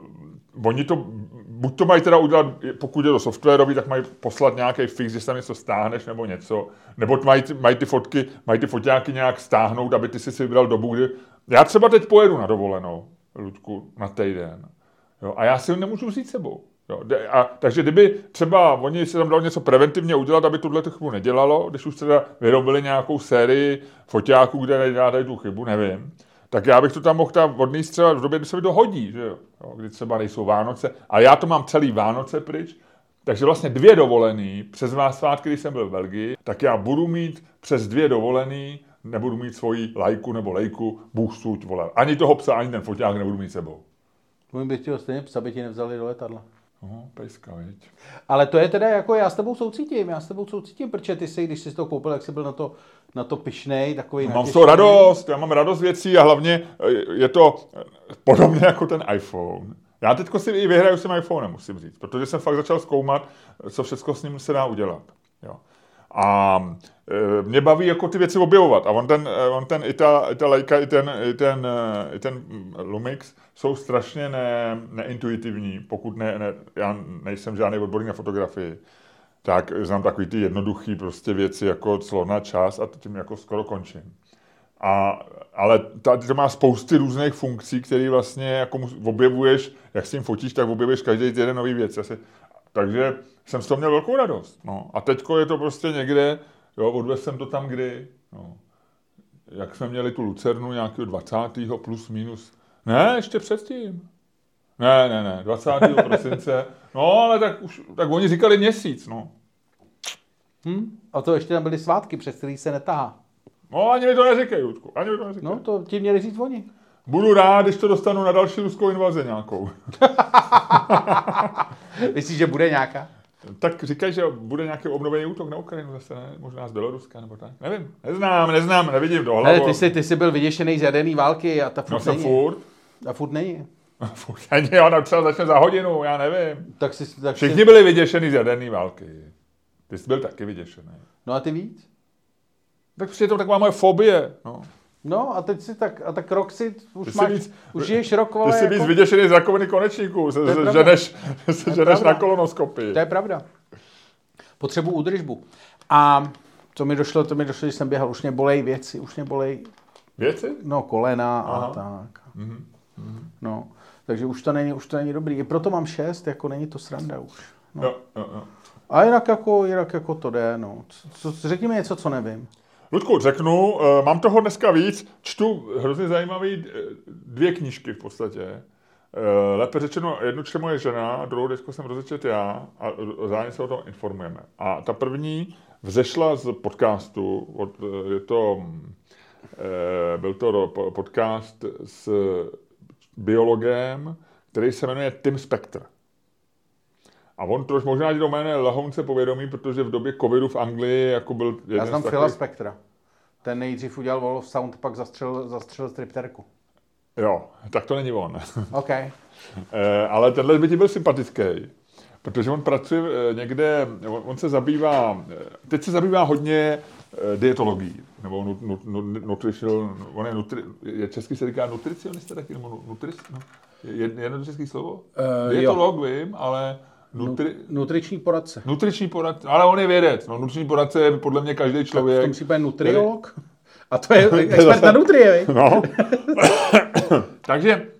oni to, buď to mají teda udělat, pokud je to softwarový, tak mají poslat nějaký fix, že tam něco stáhneš nebo něco, nebo mají, mají ty fotky, mají ty foťáky nějak stáhnout, aby ty si vybral dobu, kdy... Já třeba teď pojedu na dovolenou, Ludku, na týden. Jo, a já si ho nemůžu vzít sebou. Jo, a, takže kdyby třeba oni si tam dali něco preventivně udělat, aby tuhle chybu nedělalo, když už teda vyrobili nějakou sérii foťáků, kde nedělají tu chybu, nevím, tak já bych to tam mohl tam odníst třeba v době, kdy se mi to hodí, že jo, jo, kdy třeba nejsou Vánoce, ale já to mám celý Vánoce pryč, takže vlastně dvě dovolený, přes vás svátky, když jsem byl v Belgii, tak já budu mít přes dvě dovolený, nebudu mít svoji lajku nebo lejku, bůh suď, vole, ani toho psa, ani ten foťák nebudu mít sebou. Můj bych chtěl stejně psa, by ti nevzali do letadla. Aha, pejska, viď. Ale to je teda jako, já s tebou soucítím, já s tebou soucítím, protože ty jsi, když jsi to koupil, jak jsi byl na to, na to pyšnej, takový no, mám z toho radost, já mám radost věcí a hlavně je to podobně jako ten iPhone. Já teďko si i vyhraju s tím iPhonem, musím říct, protože jsem fakt začal zkoumat, co všechno s ním se dá udělat. Jo. A e, mě baví jako ty věci objevovat. A on ten, on ten i ta, i ta Leica, i ten, i ten, i ten Lumix jsou strašně ne, neintuitivní, pokud ne, ne, já nejsem žádný odborník na fotografii, tak znám takový ty jednoduchý prostě věci jako clo na čas a tím jako skoro končím. A, ale tady to má spousty různých funkcí, které vlastně jako objevuješ, jak s tím fotíš, tak objevuješ každý jeden nový věc. Asi, takže jsem z toho měl velkou radost. No. A teďko je to prostě někde, jo, odvez jsem to tam kdy, no. Jak jsme měli tu lucernu nějakého dvacátého plus minus. Ne, ještě předtím. Ne, ne, ne, dvacátého prosince. No, ale tak už, tak oni říkali měsíc, no. Hm? A to ještě tam byly svátky, přes který se netahá. No, ani mi to neříkej, Ludku, ani mi to neříkej. No, to ti měli říct oni. Budu rád, když to dostanu na další ruskou invazi nějakou. Myslíš, že bude nějaká? Tak říkají, že bude nějaký obnovený útok na Ukrajinu zase, ne? Možná z Běloruska, nebo tak. Nevím, neznám, neznám, nevidím do hlavy. Ale ty jsi, ty jsi byl vyděšený z jaderné války a ta furt no, jsem není. furt. A furt není. Furt není, ona třeba začne za hodinu, já nevím. Tak jsi, tak Všichni jsi... byli vyděšený z jaderné války. Ty jsi byl taky vyděšený. No a ty víc? Tak prostě je to taková moje fobie, no. No a teď si tak, a tak rok si, už Ty máš, víc, už žiješ rok, ty vole, jsi jako... víc vyděšený z rakoviny konečníků, se, se ženeš, se ženeš na kolonoskopii. To je pravda. Potřebuji údržbu. A to mi došlo, to mi došlo, že jsem běhal, už mě bolej věci, už mě bolej... Věci? No, kolena a Aha. tak. Mm-hmm. No, takže už to není, už to není dobrý. I proto mám šest, jako není to sranda už. No. Jo, jo, jo. A jinak jako, jinak jako to jde, no. Co, co, řekni mi něco, co nevím. Ludku, řeknu, mám toho dneska víc, čtu hrozně zajímavý dvě knížky v podstatě. Lépe řečeno, jednu čte moje žena, a druhou desku jsem rozečet já a zároveň se o tom informujeme. A ta první vzešla z podcastu, od, je to byl to podcast s biologem, který se jmenuje Tim Spector. A on trošku možná do jméne lahounce povědomí, protože v době covidu v Anglii jako byl jeden Já znám z takových... Phila Spectora. Ten nejdřív udělal Wall of Sound, pak zastřelil, zastřelil stripterku. Jo, tak to není on. OK. e, ale tenhle by ti byl sympatický, protože on pracuje někde, on, on se zabývá, teď se zabývá hodně dietologií, nebo nut, nut, nut, nutritional, on je, nutri, je český se říká nutricionista taky, nebo nutris, no, je jedno to český slovo? Uh, Dietolog jo. Vím, ale nutri, nutriční poradce. Nutriční poradce, ale on je vědec, no, nutriční poradce je podle mě každý člověk. Tak v tom případě nutriolog? A to je expert na nutrie, no. Takže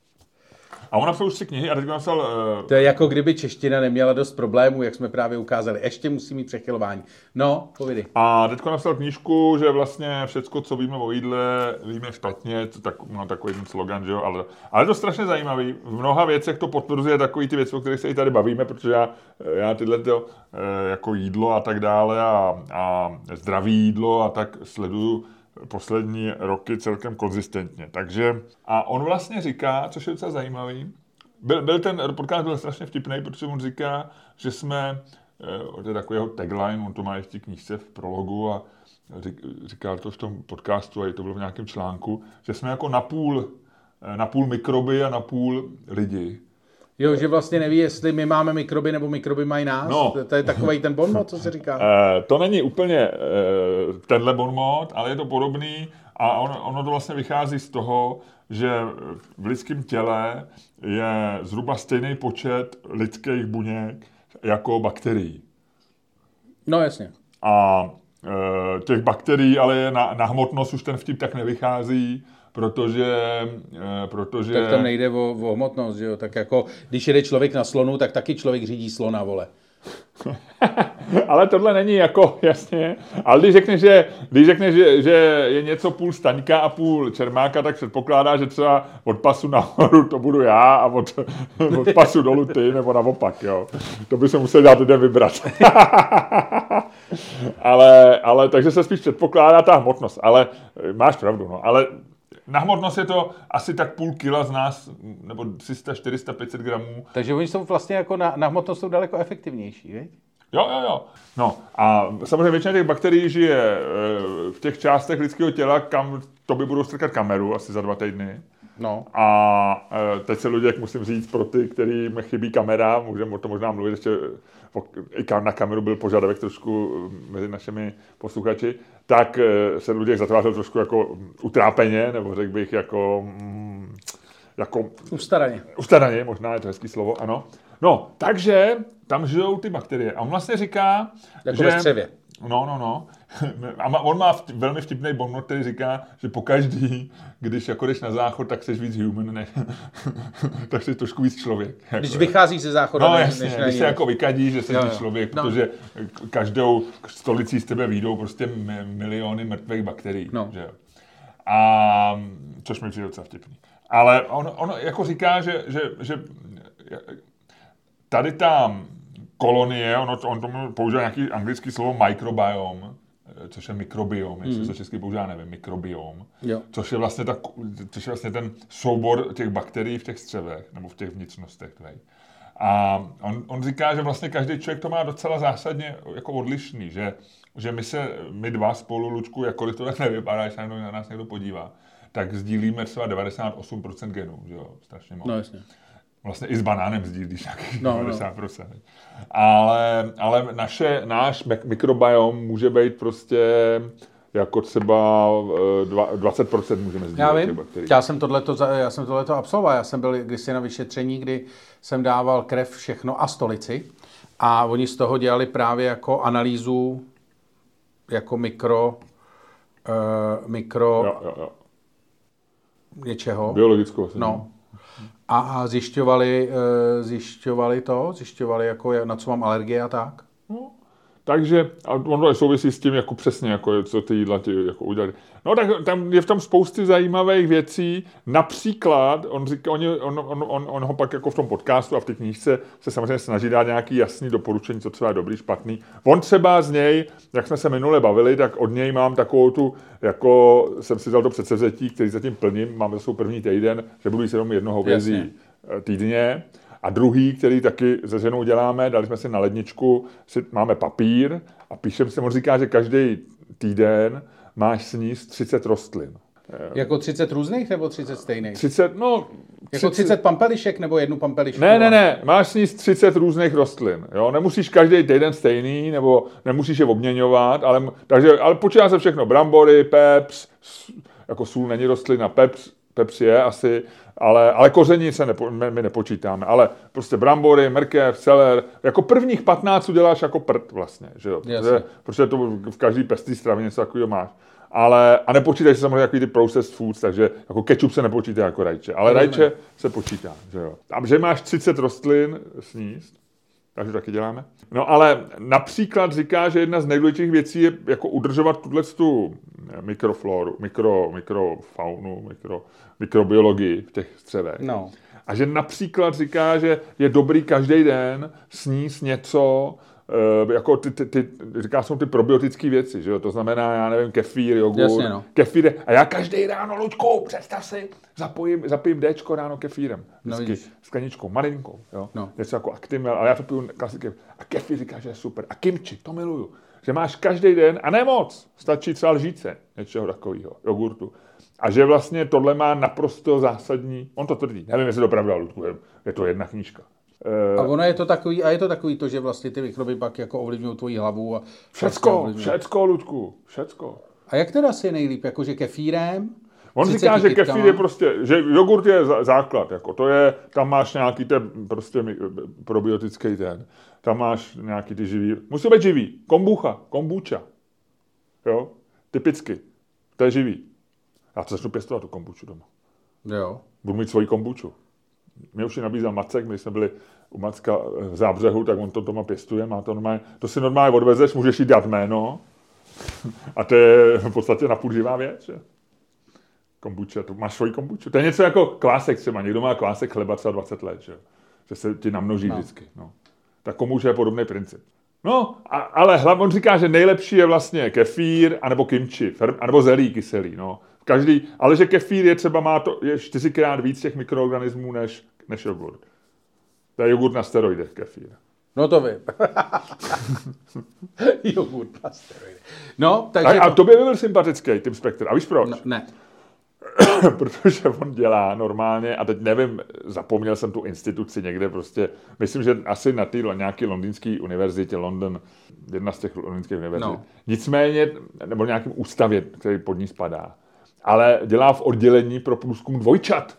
a on napsal už tři knihy a teď napsal... Uh... To je jako kdyby čeština neměla dost problémů, jak jsme právě ukázali. Ještě musí mít přechylování. No, povědej. A teď napsal knížku, že vlastně všecko, co víme o jídle, víme špatně, to tak, no, takový ten slogan, že jo, ale, ale je to strašně zajímavý. V mnoha věcech to potvrzuje takový ty věci, o kterých se i tady bavíme, protože já, já tyhle to, jako jídlo a tak dále a, a zdraví jídlo a tak sleduju poslední roky celkem konzistentně. Takže, a on vlastně říká, což je docela zajímavý, byl, byl ten podcast byl strašně vtipný, protože on říká, že jsme, to je takový jeho tagline, on to má i v té knížce v prologu a říkal to v tom podcastu a i to bylo v nějakém článku, že jsme jako napůl, napůl mikroby a napůl lidi. Jo, že vlastně neví, jestli my máme mikroby, nebo mikroby mají nás. No. To je takový ten bonmot, co se říká. E, to není úplně e, tenhle bonmot, ale je to podobný a on, ono to vlastně vychází z toho, že v lidském těle je zhruba stejný počet lidských buněk jako bakterií. No jasně. A e, těch bakterií ale je na, na hmotnost už ten vtip tak nevychází, Protože, protože... Tak tam nejde o, o hmotnost, že jo? Tak jako, když jede člověk na slonu, tak taky člověk řídí slona, vole. Ale tohle není jako, jasně. Ale když řekneš, že, když řekneš, že, že je něco půl Staňka a půl Čermáka, tak předpokládá, že třeba od pasu nahoru to budu já a od, od pasu dolů ty, nebo naopak, jo. To by se musel dát jeden vybrat. ale, ale, takže se spíš předpokládá ta hmotnost. Ale máš pravdu, no. Ale na hmotnost je to asi tak půl kila z nás, nebo tři sta, čtyři sta, pět set gramů. Takže oni jsou vlastně jako na, na hmotnost jsou daleko efektivnější, viď? Jo, jo, jo. No a samozřejmě většina těch bakterií žije v těch částech lidského těla, kam to by budou strkat kameru asi za dva týdny. No. A teď se lidé, jak musím říct, pro ty, kterým chybí kamera, můžeme o tom možná mluvit ještě, i na kameru byl požadavek trošku mezi našimi posluchači, tak se lidé zatvářel trošku jako utrápeně, nebo řekl bych jako... jako ustaraně. Ustaraně, možná je to hezký slovo, ano. No, takže tam žijou ty bakterie. A on vlastně říká, jako že... ve střevě. No, no, no. A on má vtip, velmi vtipný bonmot, který říká, že pokaždý, když jako jdeš na záchod, tak jsi víc human, ne? tak jsi trošku víc člověk. Jako, když vycházíš ze záchoda, no, než, jasně, než když se jako vykadíš, že jsi jo, víc jo. člověk, no. protože každou stolicí z tebe vyjdou prostě miliony mrtvých bakterií. No. Že jo? A což mi přijde docela vtipný. Ale on, on jako říká, že, že, že tady ta kolonie, on, on tomu používá nějaký anglický slovo microbiome, což je mikrobiom, jestli mm. se česky používá, nevím, mikrobiom, jo. Což je vlastně ta, což je vlastně ten soubor těch bakterií v těch střevech, nebo v těch vnitřnostech. Tvej. A on, on říká, že vlastně každý člověk to má docela zásadně jako odlišný, že, že my se, my dva spolu, Lučku, jakkoliv to tak nevypadá, když se na nás někdo podívá, tak sdílíme třeba devadesát osm procent genů, že jo, strašně moc. No jasně. Vlastně i s banánem sdílíš nějakých no, devadesát procent. No. Ale, ale naše, náš mikrobiom může být prostě jako třeba dvacet procent můžeme sdílet. Já vím, já jsem tohleto, já jsem tohleto absolvoval. Já jsem byl kdysi na vyšetření, kdy jsem dával krev, všechno a stolici. A oni z toho dělali právě jako analýzu jako mikro uh, mikro jo, jo, jo. něčeho. Biologickou. No. A zjišťovali, zjišťovali to, zjišťovali, jako na co mám alergie a tak. No, Takže a ono to souvisí s tím, jako přesně, jako, co ty jídla ti jako udělali. No tak tam je v tom spousty zajímavých věcí. Například, on, říká, on, on, on, on, on ho pak jako v tom podcastu a v té knížce se samozřejmě snaží dát nějaký jasný doporučení, co třeba je dobrý, špatný. On třeba z něj, jak jsme se minule bavili, tak od něj mám takovou tu, jako jsem si dal to předsevzetí, který zatím plním, mám za svou první týden, že budu jíst jenom jedno hovězí týdně. A druhý, který taky se ženou děláme, dali jsme si na ledničku, si, máme papír a píšem si, on říká, že každý týden máš sníst třicet rostlin. Jako třicet různých nebo třicet stejných? třicet, no... třicet... Jako třicet pampelišek nebo jednu pampelišku? Ne, ne, ne, máš sníst třicet různých rostlin, jo, nemusíš každý týden stejný, nebo nemusíš je obměňovat, ale, takže, ale počítá se všechno, brambory, peps, jako sůl není rostlina, peps, peps je asi, ale, ale koření se nepo, my, my nepočítáme, ale prostě brambory, mrkev, celer, jako prvních patnáct uděláš jako prd vlastně, že jo, protože, protože to v každý pestrý stravě něco takového máš. Ale, a nepočítají se samozřejmě takový ty processed foods, takže jako kečup se nepočítá jako rajče, ale rajče se počítá, že jo. A že máš třicet rostlin sníst, takže taky děláme. No ale například říká, že jedna z nejdůležitějších věcí je jako udržovat tuto mikrofloru, mikro, mikrofaunu, mikro, mikrobiologii v těch střevech. No. A že například říká, že je dobrý každý den sníst něco, jako ty, ty, ty, říká, jsou ty probiotické věci, že jo? To znamená, já nevím, kefír, jogurt, Jasně, no. kefír. A já každý ráno, Luďku, představ si, zapojím, zapijím Dčko ráno kefírem. Vždycky, no, skleničkou, malinkou, jo? No. Něco jako Actimel, ale já to piju klasicky. A kefír říká, že je super. A kimchi, to miluju. Že máš každý den, a ne moc, stačí třeba lžíce, něčeho takového, jogurtu. A že vlastně tohle má naprosto zásadní, on to tvrdí, nevím, jestli to pravda, Luďku, je to jedna knížka. A ono je to takový, a je to takový to, že vlastně ty mikroby pak jako ovlivňují tvoji hlavu. A všecko, vlastně všecko, Ludku, všecko. A jak teda si je nejlíp, jakože kefírem? On říká, že kefír je prostě, že jogurt je základ, jako to je, tam máš nějaký ten prostě probiotický ten, tam máš nějaký ty živý, musí být živý, kombucha, kombucha, jo, typicky, to je živý. Já to začnu pěstovat tu kombuču doma. Jo. Budu mít svoji kombuču. Mě už ji nabízal Macek, my jsme byli u Macka v Zábřehu, tak on to doma pěstuje, má to normálně, to si normálně odvezeš, můžeš jí dát jméno a to je v podstatě napůl živá věc, že? Kombuča, to máš svoji kombuču. To je něco jako klásek třeba, někdo má klásek chleba třeba dvacet let, že, že se ti namnoží no. vždycky. No. Tak kombuča je podobný princip. No, a, ale hlavně on říká, že nejlepší je vlastně kefír, anebo kimchi, anebo zelí kyselý, no. Každý, ale že kefír je třeba, má to, je čtyřikrát víc těch mikroorganismů než, než jogurt. To je jogurt na steroidech, kefír. No to vím. Jogurt na steroidech. No, takže... A, a tobě by byl sympatický Tim Spector. A víš proč? No, ne. Protože on dělá normálně, a teď nevím, zapomněl jsem tu instituci někde prostě, myslím, že asi na té nějaké londýnské univerzitě, London, jedna z těch londýnských univerzit. No. Nicméně, nebo nějakým ústavě, který pod ní spadá. Ale dělá v oddělení pro průzkum dvojčat.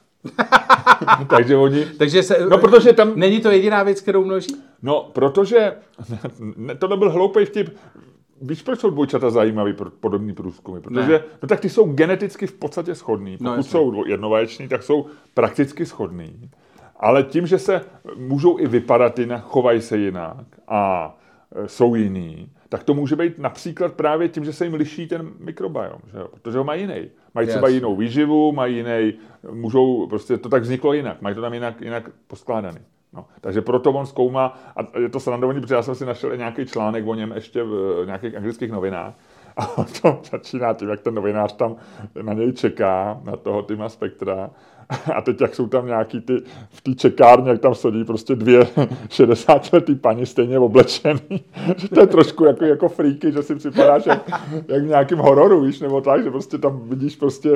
Takže oni... Takže se, no, protože tam... Není to jediná věc, kterou množí? No, protože... Ne, to nebyl hloupej vtip. Víš, proč jsou dvojčata zajímavý pro podobný průzkumy? Protože ne. No tak ty jsou geneticky v podstatě shodný. Pokud no, jsou jednovaječný, tak jsou prakticky shodný. Ale tím, že se můžou i vypadat jinak, chovají se jinak a jsou jiný, tak to může být například právě tím, že se jim liší ten mikrobiom, že jo? Protože ho mají jiný. Mají třeba Jasně. jinou výživu, mají jiný, můžou, prostě to tak vzniklo jinak, mají to tam jinak, jinak poskládaný. No, takže proto on zkoumá, a je to srandovní, protože já jsem si našel i nějaký článek o něm ještě v nějakých anglických novinách, a on to začíná tím, jak ten novinář tam na něj čeká, na toho Tima Spectora. A teď, jak jsou tam nějaký ty, v té čekárně, jak tam sedí prostě dvě šedesátiletý paní stejně oblečený, že to je trošku jako, jako freaky, že si připadáš jak, jak v nějakém hororu, víš, nebo tak, že prostě tam vidíš prostě,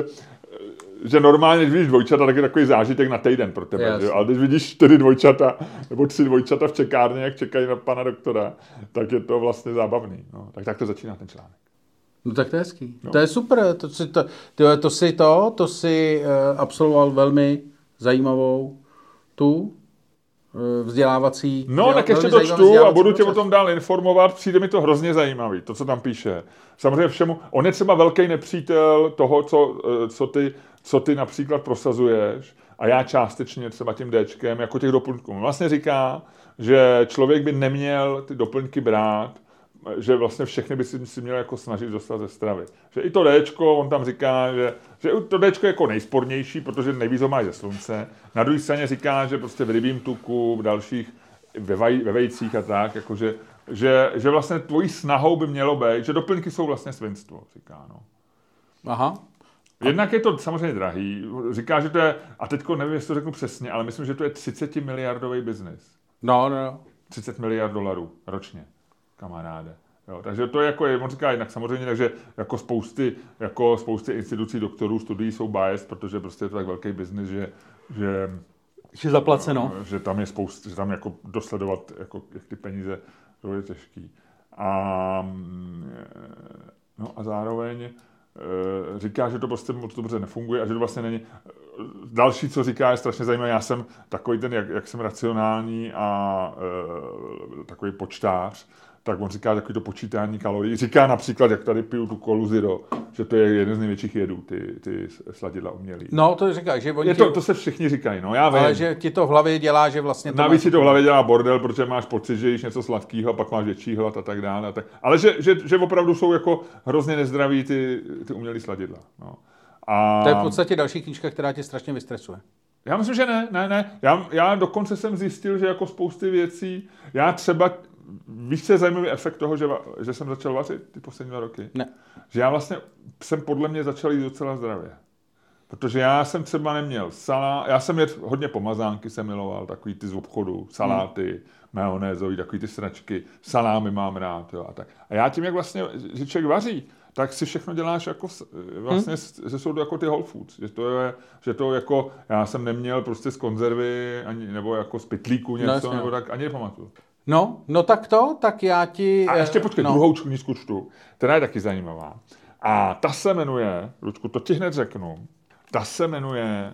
že normálně, když vidíš dvojčata, tak je takový zážitek na týden pro tebe, yes. Ale když vidíš čtyři dvojčata, nebo tři dvojčata v čekárně, jak čekají na pana doktora, tak je to vlastně zábavný. No, tak tak to začíná ten článek. No tak to je hezký. No. To je super. To si to, to, to, si to, to si uh, absolvoval velmi zajímavou tu uh, vzdělávací... No, tak ještě to čtu a budu tě o tom dál informovat. Přijde mi to hrozně zajímavý, to, co tam píše. Samozřejmě všemu. On je třeba velký nepřítel toho, co, uh, co, ty, co ty například prosazuješ a já částečně třeba tím Dčkem, jako těch doplňků. On vlastně říká, že člověk by neměl ty doplňky brát že vlastně všechny by si, si měli jako snažit dostat ze stravy. Že i to Dčko, on tam říká, že, že to Dčko je jako nejspornější, protože nejvíc ho máš ze slunce. Na druhé straně říká, že prostě v rybím tuku, v dalších, ve, vaj, ve vejcích a tak, jakože, že, že vlastně tvojí snahou by mělo být, že doplňky jsou vlastně svinstvo, říká, no. Aha. Jednak je to samozřejmě drahý. Říká, že to je, a teďko nevím, jestli to řeknu přesně, ale myslím, že to je třicet miliardový biznis. No, no. třicet miliard dolarů ročně, kamaráde. Jo, takže to je jako, on říká jinak samozřejmě, takže jako spousty, jako spousty institucí, doktorů, studií jsou biased, protože prostě je to tak velký biznis, že, že, že zaplaceno. Že tam je spousta, že tam jako dosledovat, jako, jak ty peníze, to je těžký. A, no a zároveň říká, že to prostě moc dobře nefunguje a že to vlastně není. Další, co říká, je strašně zajímavé. Já jsem takový ten, jak, jak jsem racionální a e, takový počtář, tak on říká takový to počítání kalorií. Říká například, jak tady piju tu kolu Zero, že to je jeden z největších jedů, ty, ty sladidla umělý. No, to říká, že oni... Je to, to se všichni říkají, no já vím. Ale že ti to v hlavě dělá, že vlastně... To Navíc si to v hlavě dělá bordel, protože máš pocit, že jíš něco sladkého a pak máš větší hlad a tak dále. A tak. Ale že, že, že opravdu jsou jako hrozně nezdraví ty, ty umělý sladidla. No. A... To je v podstatě další knížka, která tě strašně vystresuje. Já myslím, že ne, ne, ne. Já, já dokonce jsem zjistil, že jako spousty věcí, já třeba, víš, co je zajímavý efekt toho, že, že jsem začal vařit ty poslední dva roky? Ne. Že já vlastně jsem podle mě začal jít docela zdravě. Protože já jsem třeba neměl salát, já jsem jedl hodně pomazánky, jsem miloval, takový ty z obchodu, saláty, hmm. majonézový, takový ty sračky, salámy mám rád, jo, a tak. A já tím, jak vlastně, že člověk vaří, tak si všechno děláš jako, vlastně, hmm. že jsou to jako ty whole foods, že to je, že to jako, já jsem neměl prostě z konzervy, ani, nebo jako z pytlíku něco, no, nebo tak, ani nepamatuju. No, no tak to, tak já ti... A ještě počkej, no. druhou knížku čtu, která je taky zajímavá. A ta se jmenuje, Luďku, to ti hned řeknu, ta se jmenuje,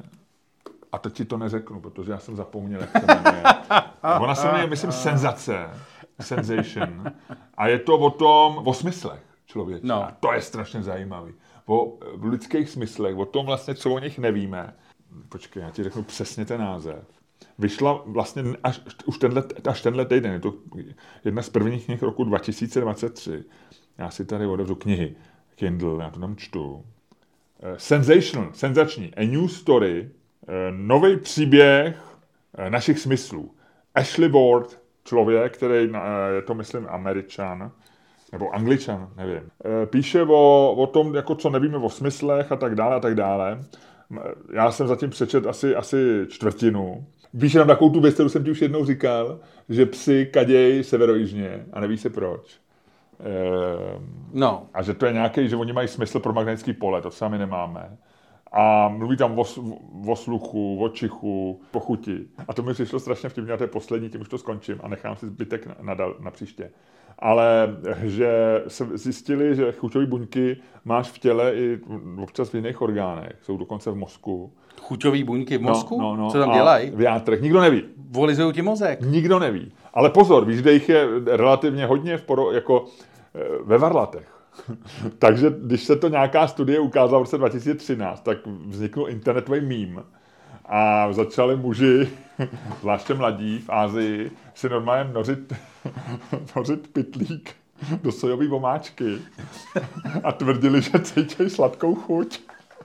a teď ti to neřeknu, protože já jsem zapomněl, jak se jmenuje. Ona se jmenuje, myslím, Senzace, Sensation. A je to o tom, o smyslech člověka. No. A to je strašně zajímavý. O lidských smyslech, o tom vlastně, co o nich nevíme. Počkej, já ti řeknu přesně ten název. Vyšla vlastně až, už tenhle, až tenhle týden. Je to jedna z prvních knih roku dva tisíce dvacet tři. Já si tady otevřu knihy. Kindle, já to tam čtu. Sensational, senzační. A new story, nový příběh našich smyslů. Ashley Ward, člověk, který je to, myslím, Američan, nebo Angličan, nevím. Píše o, o tom, jako co nevíme o smyslech a tak dále a tak dále. Já jsem zatím přečet asi, asi čtvrtinu. Píše tam takovou tu věc, kterou jsem ti už jednou říkal, že psi kadějí severojižně a neví se proč. No. A že to je nějaký, že oni mají smysl pro magnetický pole, to sami nemáme. A mluví tam o, o sluchu, o čichu, o chuti. A to mi přišlo strašně vtipně, a to je poslední, tím už to skončím a nechám si zbytek na, na, na příště. Ale že se zjistili, že chuťové buňky máš v těle i občas v jiných orgánech. Jsou dokonce v mozku. Chuťové buňky v mozku? No, no, no. Co tam dělají? V játrech. Nikdo neví. Volizují ti mozek. Nikdo neví. Ale pozor, víš, že jich je relativně hodně v poro, jako ve varlatech. Takže když se to nějaká studie ukázala v roce dva tisíce třináct, tak vznikl internetový meme a začali muži, zvláště mladí v Asii, si normálně nořit, nořit pytlík do sojové omáčky a tvrdili, že cítí sladkou chuť.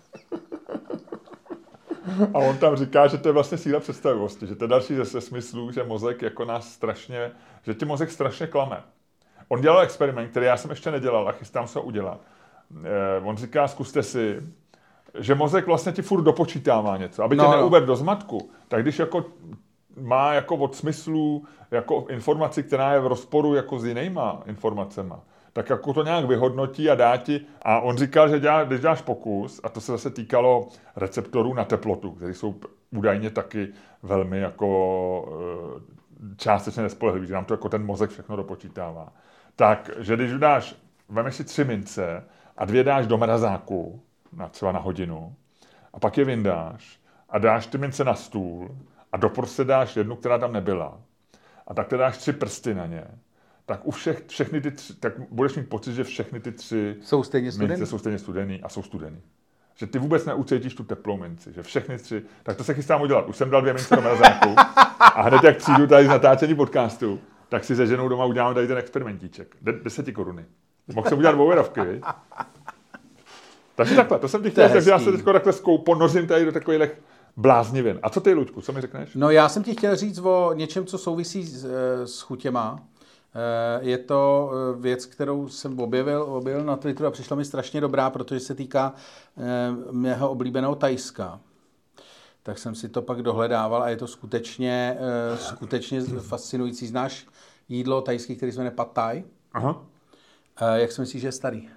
A on tam říká, že to je vlastně síla představivosti, že to je další ze smyslů, že mozek jako nás strašně, že ti mozek strašně klame. On dělal experiment, který já jsem ještě nedělal a chystám se ho udělat. Eh, on říká, zkuste si, že mozek vlastně ti furt dopočítává něco. Aby tě no, neuvedl do zmatku, tak když jako má jako od smyslů jako informaci, která je v rozporu jako s jinýma informacema, tak jako to nějak vyhodnotí a dá ti. A on říkal, že dělá, když děláš pokus, a to se zase týkalo receptorů na teplotu, které jsou údajně taky velmi jako částečně nespolehlivý, že nám to jako ten mozek všechno dopočítává. Tak, že když dáš, vemeš si tři mince a dvě dáš do mrazáku, na třeba na hodinu, a pak je vyndáš a dáš ty mince na stůl a doprostřed dáš jednu, která tam nebyla. A tak ty dáš tři prsty na ně. Tak u všech, všechny ty tři, tak budeš mít pocit, že všechny ty tři jsou stejně studený. mince jsou stejně studený a jsou studený. Že ty vůbec neucítíš tu teplou minci, že všechny tři, tak to se chystám udělat. Už jsem dal dvě mince do mrazáku a hned jak přijdu tady z natáčení podcastu, tak si se ženou doma uděláme tady ten experimentíček. De- deseti koruny. Mohl jsem udělat dvouerovky, viď? Takže takhle, to jsem ti chtěl, takže já se teď takhle zkou, ponořím tady do takových bláznivin. A co ty, Luďku, co mi řekneš? No já jsem ti chtěl říct o něčem, co souvisí s, s chutěma. Je to věc, kterou jsem objevil, objevil na Twitteru a přišla mi strašně dobrá, protože se týká mého oblíbeného Thajska. Tak jsem si to pak dohledával a je to skutečně, skutečně fascinující. Znáš jídlo thajský, který se jmenuje Pad Thai? Aha. Jak si myslíš, že je starý?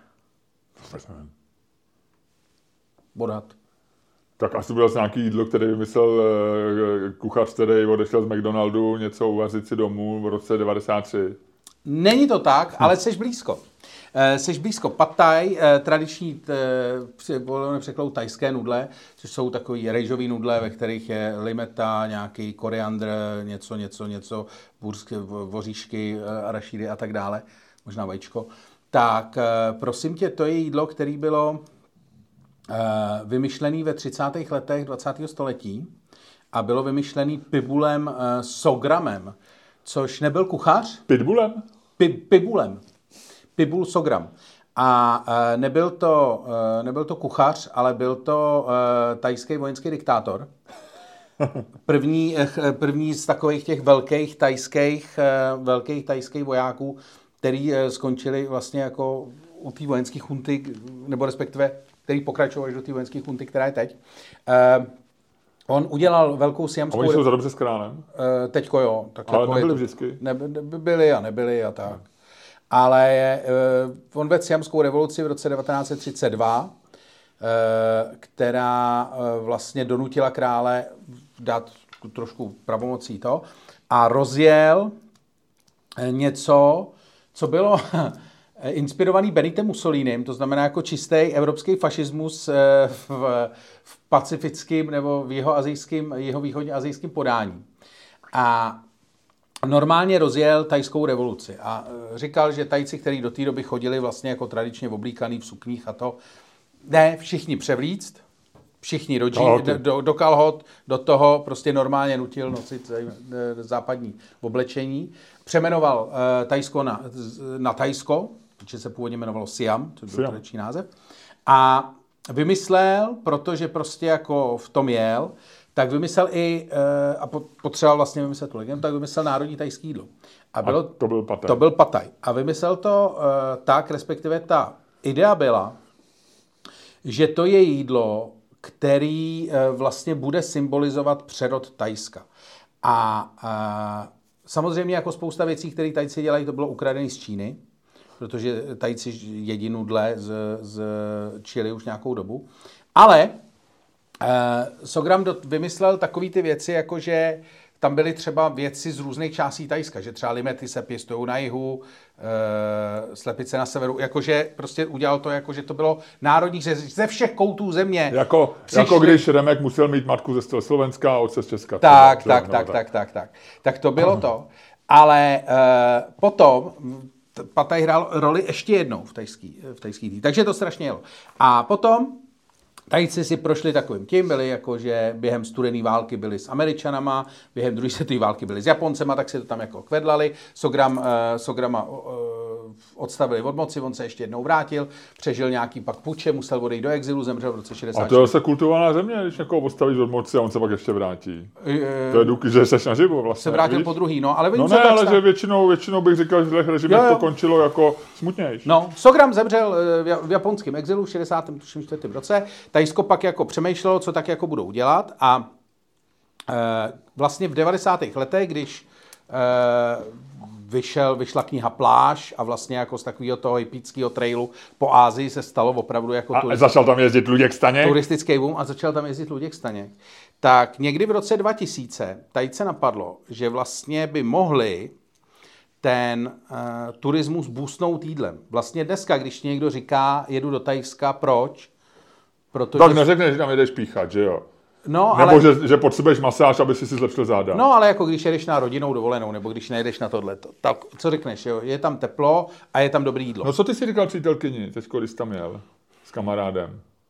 Bodhat. Tak asi byl nějaký jídlo, který vymyslel kuchař, který odešel z McDonaldu něco uvařit si domů v roce devadesát tři. Není to tak, ale jsi blízko. Jsi blízko. Pad Thai, tradiční překladu thajské nudle, což jsou takový rejžový nudle, ve kterých je limeta, nějaký koriandr, něco, něco, něco, burské voříšky, arašídy a tak dále, možná vajíčko. Tak prosím tě, to je jídlo, které bylo vymyšlený ve třicátých letech dvacátého století a bylo vymyšlený Pibulem Sogramem, což nebyl kuchař. Pitbullem? Pi, Pibulem. Pibul Sogram. A nebyl to, nebyl to kuchař, ale byl to thajský vojenský diktátor. První, první z takových těch velkých thajských, velkých thajských vojáků, který skončili vlastně jako u té vojenské chunty, nebo respektive který pokračoval až do té vojenské chunty, která je teď. Uh, on udělal velkou siamskou... A oni jsou za dobře s králem? Uh, teďko jo. Tak ale nebyli vždycky? Ne, byli a nebyli a tak. Hmm. Ale uh, on vedl siamskou revoluci v roce devatenáct set třicet dva, uh, která uh, vlastně donutila krále dát trošku pravomocí to a rozjel něco, co bylo... inspirovaný Benitem Mussolínem, to znamená jako čistý evropský fašismus v, v pacifickém nebo v jeho, azijském, jeho východně azijském podání. A normálně rozjel thajskou revoluci a říkal, že Thajci, kteří do té doby chodili vlastně jako tradičně oblíkaný v sukních a to, ne, všichni převlíct, všichni do, do, do, do kalhot, do toho prostě normálně nutil nosit západní oblečení. Přemenoval uh, Thajsko na, na Thajsko, protože se původně jmenovalo Siam, to byl tradiční název. A vymyslel, protože prostě jako v tom jel, tak vymyslel i, uh, a potřeboval vlastně vymyslet tu legendu, tak vymyslel národní thajský jídlo. A, bylo, a to byl Pad Thai. To byl Pad Thai. A vymyslel to uh, tak, respektive ta idea byla, že to je jídlo, který uh, vlastně bude symbolizovat přerod Thajska. A uh, samozřejmě jako spousta věcí, které Thajci dělají, to bylo ukradené z Číny, protože Thajci jedí nudle z, z Chile už nějakou dobu. Ale eh, Sogram vymyslel takové ty věci, jako že tam byly třeba věci z různých částí Thajska, že třeba limety se pěstují na jihu, e, slepice na severu, jakože prostě udělal to, jakože to bylo národní ze, ze všech koutů země. Jako, jako když Remek musel mít matku ze Slovenska a otce z Česka. Tak, třeba, tak, no, tak, tak, tak, tak, tak. Tak to bylo to. Ale e, potom Pad Thai hrál roli ještě jednou v tajský, v tajský tý. Takže to strašně jelo. A potom Tajci si prošli takovým tím, byli jako, že během studené války byli s Američanama, během druhé světové války byli s Japoncema, tak si to tam jako kvedlali. Sogram, uh, Sograma uh, odstavili od moci, on se ještě jednou vrátil, přežil nějaký pak puče, musel odejít do exilu, zemřel v roce šedesát šest. A to je zase kultivovaná země, když někoho odstavíš od moci a on se pak ještě vrátí. Uh, to je důkaz, že seš naživo vlastně. Se vrátil víš? Po druhý, no. Ale no ne, ale že většinou, většinou bych říkal, že v režimech to končilo jako smutnější. No, Sogram zemřel v japonském exilu v šedesátém čtvrtém roce. Tajsko pak jako přemýšlelo, co tak jako budou dělat a e, vlastně v devadesátých letech, když e, vyšel, vyšla kniha Pláž a vlastně jako z takového toho hippického trailu po Ázii se stalo opravdu jako a turist, začal tam jezdit Luděk Staněk? Turistický boom a začal tam jezdit Luděk Staněk. Tak někdy v roce dva tisíce Tajce napadlo, že vlastně by mohli ten uh, turismus boostnout jídlem. Vlastně dneska, když někdo říká, jedu do Tajska, proč? Protože... Tak neřekneš, že tam jedeš píchat, že jo? No, nebo ale... že, že potřebuješ masáž, aby si si zlepšil záda. No, ale jako když jedeš na rodinnou dovolenou, nebo když nejedeš na tohleto. Tak co řekneš, jo? Je tam teplo a je tam dobrý jídlo. No co ty si říkal přítelkyni, teďko, když tam jel s kamarádem?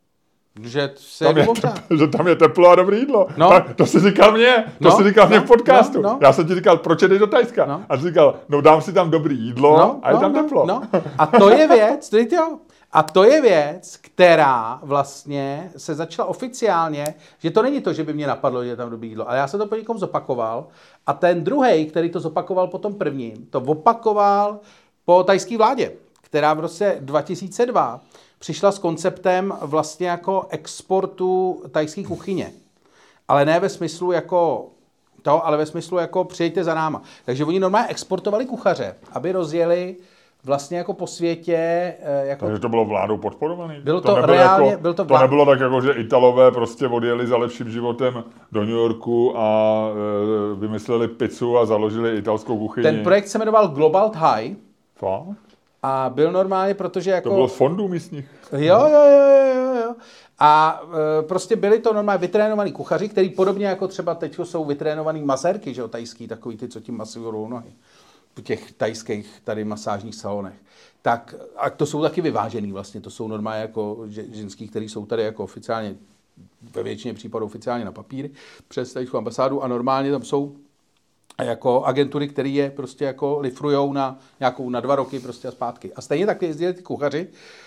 Že se tam je, že tam je teplo a dobré jídlo. No. Tak, to jsi říkal mě, to no, jsi říkal no, mě v podcastu. No, no. Já jsem ti říkal, proč jdeš do Thajska? No. A jsi říkal, no dám si tam dobré jídlo no, a je no, tam no, teplo. No. A to je věc, jo. A to je věc, která vlastně se začala oficiálně, že to není to, že by mě napadlo, že je tam dobré jídlo, ale já jsem to po někom zopakoval a ten druhej, který to zopakoval po tom prvním, to opakoval po thajské vládě, která v roce dva tisíce dva přišla s konceptem vlastně jako exportu thajské kuchyně. Ale ne ve smyslu jako to, ale ve smyslu jako přijďte za náma. Takže oni normálně exportovali kuchaře, aby rozjeli vlastně jako po světě. Jako... Takže to bylo vládou podporovaný? Bylo to, to reálně, jako, bylo to, to nebylo tak jako, že Italové prostě odjeli za lepším životem do New Yorku a e, vymysleli pizzu a založili italskou kuchyni. Ten projekt se jmenoval Global Thai. Fakt? A byl normálně, protože jako... To bylo z fondů místních. Jo, jo, jo, jo, jo. A e, prostě byli to normálně vytrénovaní kuchaři, který podobně jako třeba teď jsou vytrénovaný masérky, že jo, tajský, takový ty, co tím masují nohy. V těch tajských tady masážních salonech. Tak, a to jsou taky vyvážený vlastně, to jsou normálně jako ženský, který jsou tady jako oficiálně, ve většině případů oficiálně na papíry, přes tajskou ambasádu a normálně tam jsou jako agentury, které je prostě jako lifrujou na nějakou na dva roky prostě a zpátky. A stejně tak jezdili ty kuchaři,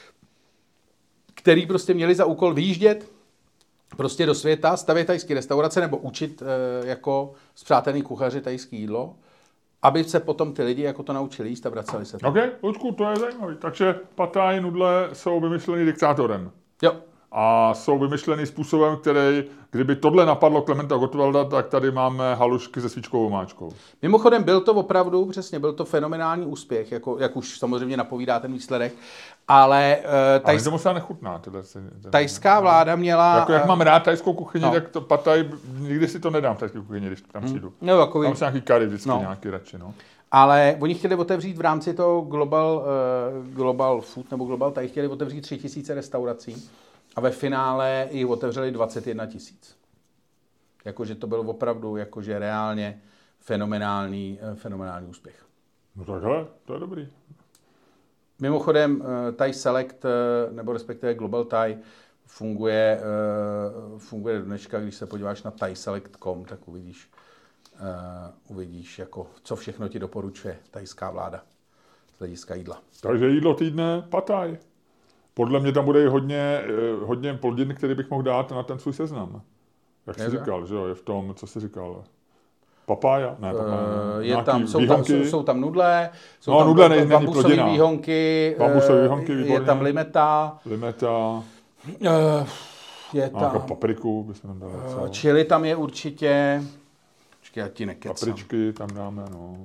který prostě měli za úkol vyjíždět prostě do světa, stavět tajské restaurace nebo učit e, jako spřátelný kuchaři tajské jídlo, aby se potom ty lidi jako to naučili jíst a vraceli se. OK, Lučku, to je zajímavé. Takže Pad-thai nudle jsou vymyšlený diktátorem. Jo. A jsou vymyšlený způsobem, který, kdyby tohle napadlo Klementa Gottwalda, tak tady máme halušky se svíčkovou máčkou. Mimochodem byl to opravdu, přesně, byl to fenomenální úspěch, jako, jak už samozřejmě napovídá ten výsledek, ale... Uh, tajs... Ale to musela nechutná. Tyhle, tyhle, tajská vláda měla... Jako, jak mám rád tajskou kuchyni, no. tak to Pad-thai, nikdy si to nedám v tajské kuchyni, když tam přijdu. No, takový... Tam jsou nějaký kary vždycky, no. nějaký radši, no. Ale oni chtěli otevřít v rámci toho Global, uh, Global Food nebo Global Thai, chtěli otevřít tři tisíce restaurací a ve finále jich otevřeli dvacet jedna tisíc. Jakože to byl opravdu jakože reálně fenomenální, uh, fenomenální úspěch. No takhle, to je dobrý. Mimochodem, uh, Thai Select, uh, nebo respektive Global Thai, funguje, uh, funguje do dneška, když se podíváš na thai select tečka com, tak uvidíš, Uh, uvidíš, jako, co všechno ti doporučuje tajská vláda z hlediska jídla. Takže jídlo týdne Pad-thai. Podle mě tam bude i hodně, hodně plodin, který bych mohl dát na ten svůj seznam. Jak jsi říkal, že jo, je v tom, co jsi říkal? Papája? Ne, papája. Uh, je tam, jsou, tam, jsou, jsou tam nudle, jsou no, tam nudle nej, bambusové výhonky, bambusové výhonky, je tam limeta. Limeta. Uh, je tam... Nějakou papriku bychom tam dali. Uh, čili tam je určitě... Já ti nekecám. Papričky tam dáme, no.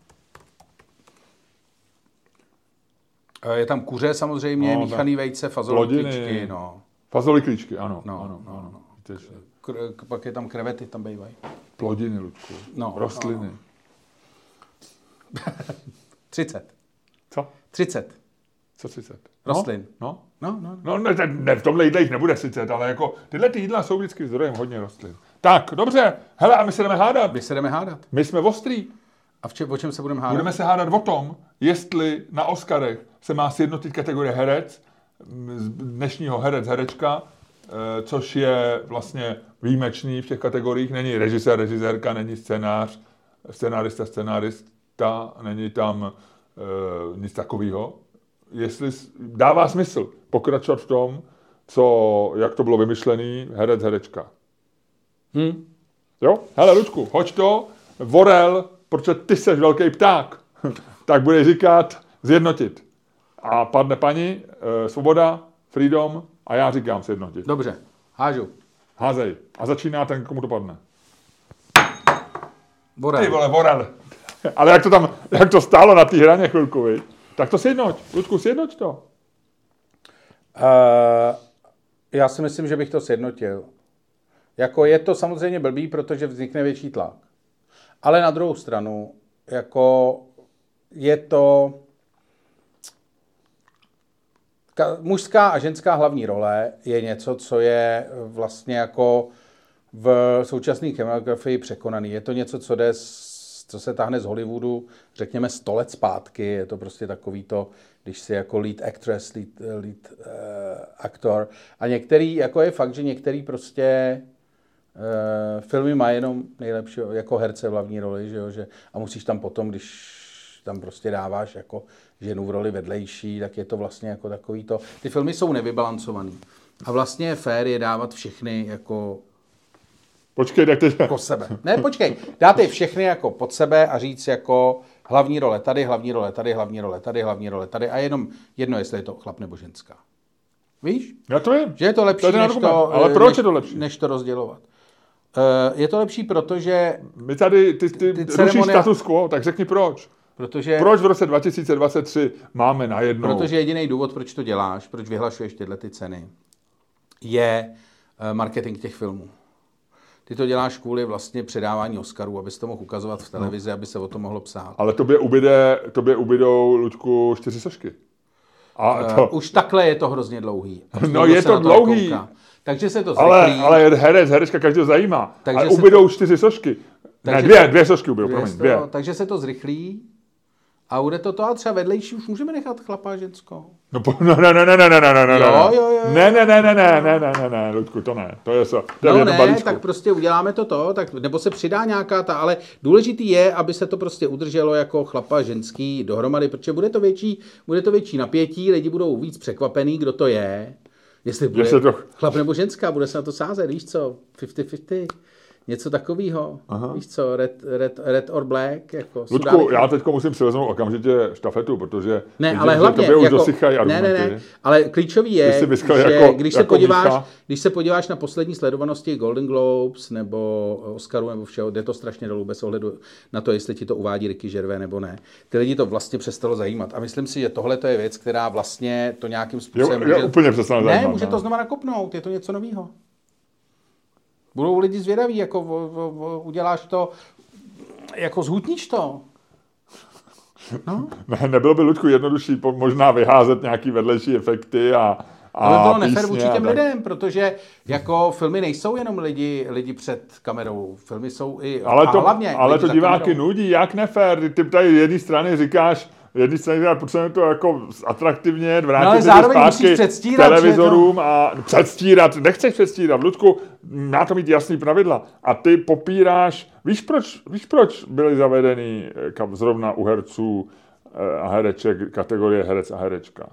Je tam kuře samozřejmě, no, míchaný vejce, fazolové klíčky, no. Fazolové klíčky, ano. No, ano, no, ano. no. K- pak je tam krevety, tam bývají. Plodiny, Luďku. No, rostliny. No, no. třicet. Co? třicet. Co třicet? Rostlin. No? No, no. No, no ne, ne, v tomhle jídle jich nebude třicet, ale jako tyhle ty jídla jsou vždycky zdrojem hodně rostlin. Tak, dobře. Hele, a my se jdeme hádat. My se jdeme hádat. My jsme ostrý. A v če, o čem se budeme hádat? Budeme se hádat o tom, jestli na Oscarech se má sjednotit kategorie herec, z dnešního herec, herečka, což je vlastně výjimečný v těch kategoriích. Není režisér, režisérka, není scénář, scénárista, scénárista, není tam e, nic takového. Jestli dává smysl pokračovat v tom, co, jak to bylo vymyšlený, herec, herečka. Hmm. Jo? Hele, Luďku, hoď to, Vorel, protože ty seš velký pták, tak bude říkat zjednotit. A padne paní, e, svoboda, freedom a já říkám sjednotit. Dobře, hážu. Házej. A začíná ten, komu to padne. Vorel. Ty vole, Vorel. Ale jak to tam, jak to stálo na té hraně chvilku, viď? Tak to sjednoť. Luďku, sjednoť to. Uh, já si myslím, že bych to sjednotil. Jako je to samozřejmě blbý, protože vznikne větší tlak. Ale na druhou stranu, jako je to mužská a ženská hlavní role je něco, co je vlastně jako v současné kinematografii překonaný. Je to něco, co jde co se táhne z Hollywoodu, řekněme sto let zpátky, je to prostě takový to, když si jako lead actress, lead, lead uh, aktor a některý, jako je fakt, že některý prostě uh, filmy mají jenom nejlepší jako herce v hlavní roli, že jo, že, a musíš tam potom, když tam prostě dáváš jako ženu v roli vedlejší, tak je to vlastně jako takový to, ty filmy jsou nevybalancovaný a vlastně je fér je dávat všechny jako Počkej, tak teď... Jako sebe. Ne, počkej. Dáte všechny jako pod sebe a říct jako hlavní role tady, hlavní role tady, hlavní role tady, hlavní role tady a jenom jedno, jestli je to chlap nebo ženská. Víš? Já to vím. Že je to lepší, to než to, ale proč než, je to lepší? než to rozdělovat. Uh, je to lepší, protože... My tady, ty, ty, ty ceremonia... rušíš status quo, tak řekni proč. Protože... Proč v roce dva tisíce dvacet tři máme najednou... Protože jediný důvod, proč to děláš, proč vyhlašuješ tyhle ty ceny, je uh, marketing těch filmů. Ty to děláš kvůli vlastně předávání Oscarů, abys to mohl ukazovat v televizi, no. Aby se o tom mohlo psát. Ale tobě ubyde, tobě ubydou, Luďku, čtyři sošky. A to... uh, už takhle je to hrozně dlouhý. No je to dlouhý. Takže se to zrychlí. Ale, ale herec, herečka každého zajímá. Takže ale ubydou to... čtyři sošky. Ne, dvě, dvě sošky ubydou, promiň, dvě. Takže se to zrychlí a bude to to a třeba vedlejší už můžeme nechat chlapa a ženskou. No, no, ne, ne, ne, ne, ne, ne, ne, jo, jo, jo. ne, ne, ne, ne, ne, ne, ne, ne, ne, Ludku, to ne, to je so, to je no ne, balíčku. Tak prostě uděláme to to, tak, nebo se přidá nějaká ta, ale důležitý je, aby se to prostě udrželo jako chlapa a ženský dohromady, protože bude to větší, bude to větší napětí, lidi budou víc překvapený, kdo to je, jestli bude to... chlap nebo ženská, bude se na to sázet, víš co, padesát padesát. Něco takového, víš co, red, red, red or black, jako Ludku, sudávy. Já teď musím přiveznout okamžitě štafetu, protože ne, vidím, ale hlavně, že tobě jako, už dosychají argumenty. Ne, ne, ne, ale klíčový je, že jako, když, jako se podíváš, Mícha. když se podíváš na poslední sledovanosti Golden Globes nebo Oscaru nebo všeho, jde to strašně dolů bez ohledu na to, jestli ti to uvádí Ricky Gervais nebo ne. Ty lidi to vlastně přestalo zajímat a myslím si, že tohle to je věc, která vlastně to nějakým způsobem... Jo, může, úplně přestalo zajímat. Ne, může to znova nakopnout, je to něco nového. Budou lidi zvědaví, jako o, o, o, uděláš to, jako zhutníš to. No? Ne, nebylo by, Ludku, jednodušší možná vyházet nějaký vedlejší efekty a a to by bylo nefér vůči těm tak... lidem, protože jako filmy nejsou jenom lidi, lidi před kamerou, filmy jsou i ale to, a hlavně ale to diváky nudí, jak nefér, ty tady jedné strany říkáš, jedný straně potřebujeme to jako atraktivně vrátit no, zpátky k televizorům to... a předstírat. Nechceš předstírat, Ludku, má to mít jasný pravidla. A ty popíráš, víš proč, víš proč byly zavedeny zrovna u herců a hereček kategorie herec a herečka?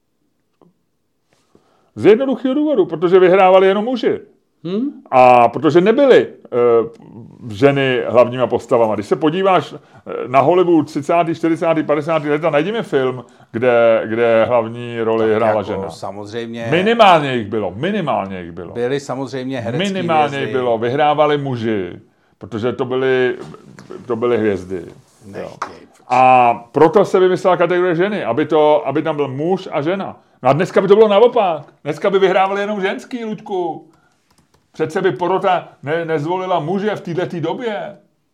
Z jednoduchého důvodu, protože vyhrávali jenom muži. Hmm? A protože nebyly uh, ženy hlavníma postavama. Když se podíváš na Hollywood třicátých, čtyřicátých, padesátých let, najdeme film, kde, kde hlavní roli tak hrála jako žena. Samozřejmě... Minimálně jich bylo, minimálně jich bylo. Byly samozřejmě herecký Minimálně jich bylo, vyhrávali muži, protože to byly, to byly hvězdy. A proto se vymyslela kategorie ženy, aby, to, aby tam byl muž a žena. No a dneska by to bylo naopak. Dneska by vyhrávali jenom ženský, Luďku. Přece by porota ne, nezvolila muže v této době.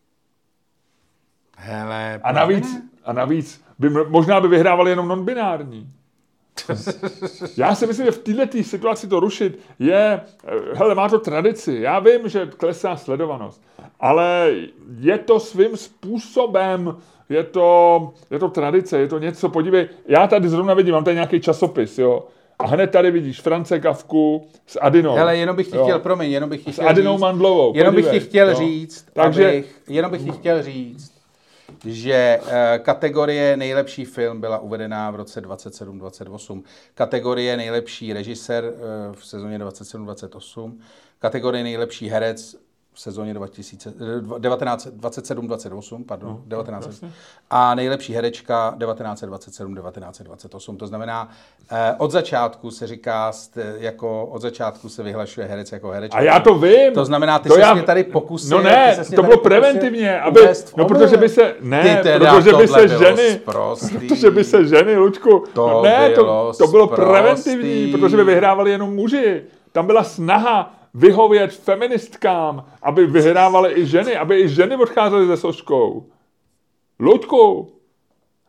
Hele, a navíc, a navíc by, možná by vyhrávali jenom non-binární. Já si myslím, že v této situaci to rušit je, hele, má to tradici. Já vím, že klesá sledovanost, ale je to svým způsobem, je to, je to tradice, je to něco, podívej, já tady zrovna vidím, mám tady nějaký časopis, jo, a hned tady vidíš France Kafku s Adinou. Hele, jenom bych ti chtěl, promiň, jenom bych ti chtěl s Adinou říct, Mandlovou. Jenom podívej, bych ti chtěl jo. říct, Takže, abych, jenom bych ti chtěl říct, že uh, kategorie nejlepší film byla uvedená v roce dvacet sedm dvacet osm. Kategorie nejlepší režisér uh, v sezóně dvacet sedm dvacet osm. Kategorie nejlepší herec v sezóně dvacet sedm dvacet osm, pardon, no, devatenáct. A nejlepší herečka devatenáct dvacet sedm devatenáct dvacet osm. To znamená, eh, od začátku se říká, jako od začátku se vyhlašuje herec jako herečka. A já to vím. To znamená, ty to se já... mě tady pokusil. No ne, to bylo preventivně, aby, no protože by se, ne, protože by se ženy, protože by se ženy, Luďku, to no ne, bylo to, to bylo preventivní, protože by vyhrávali jenom muži. Tam byla snaha vyhovět feministkám, aby vyhrávaly i ženy, aby i ženy odcházely se soškou. Luďku.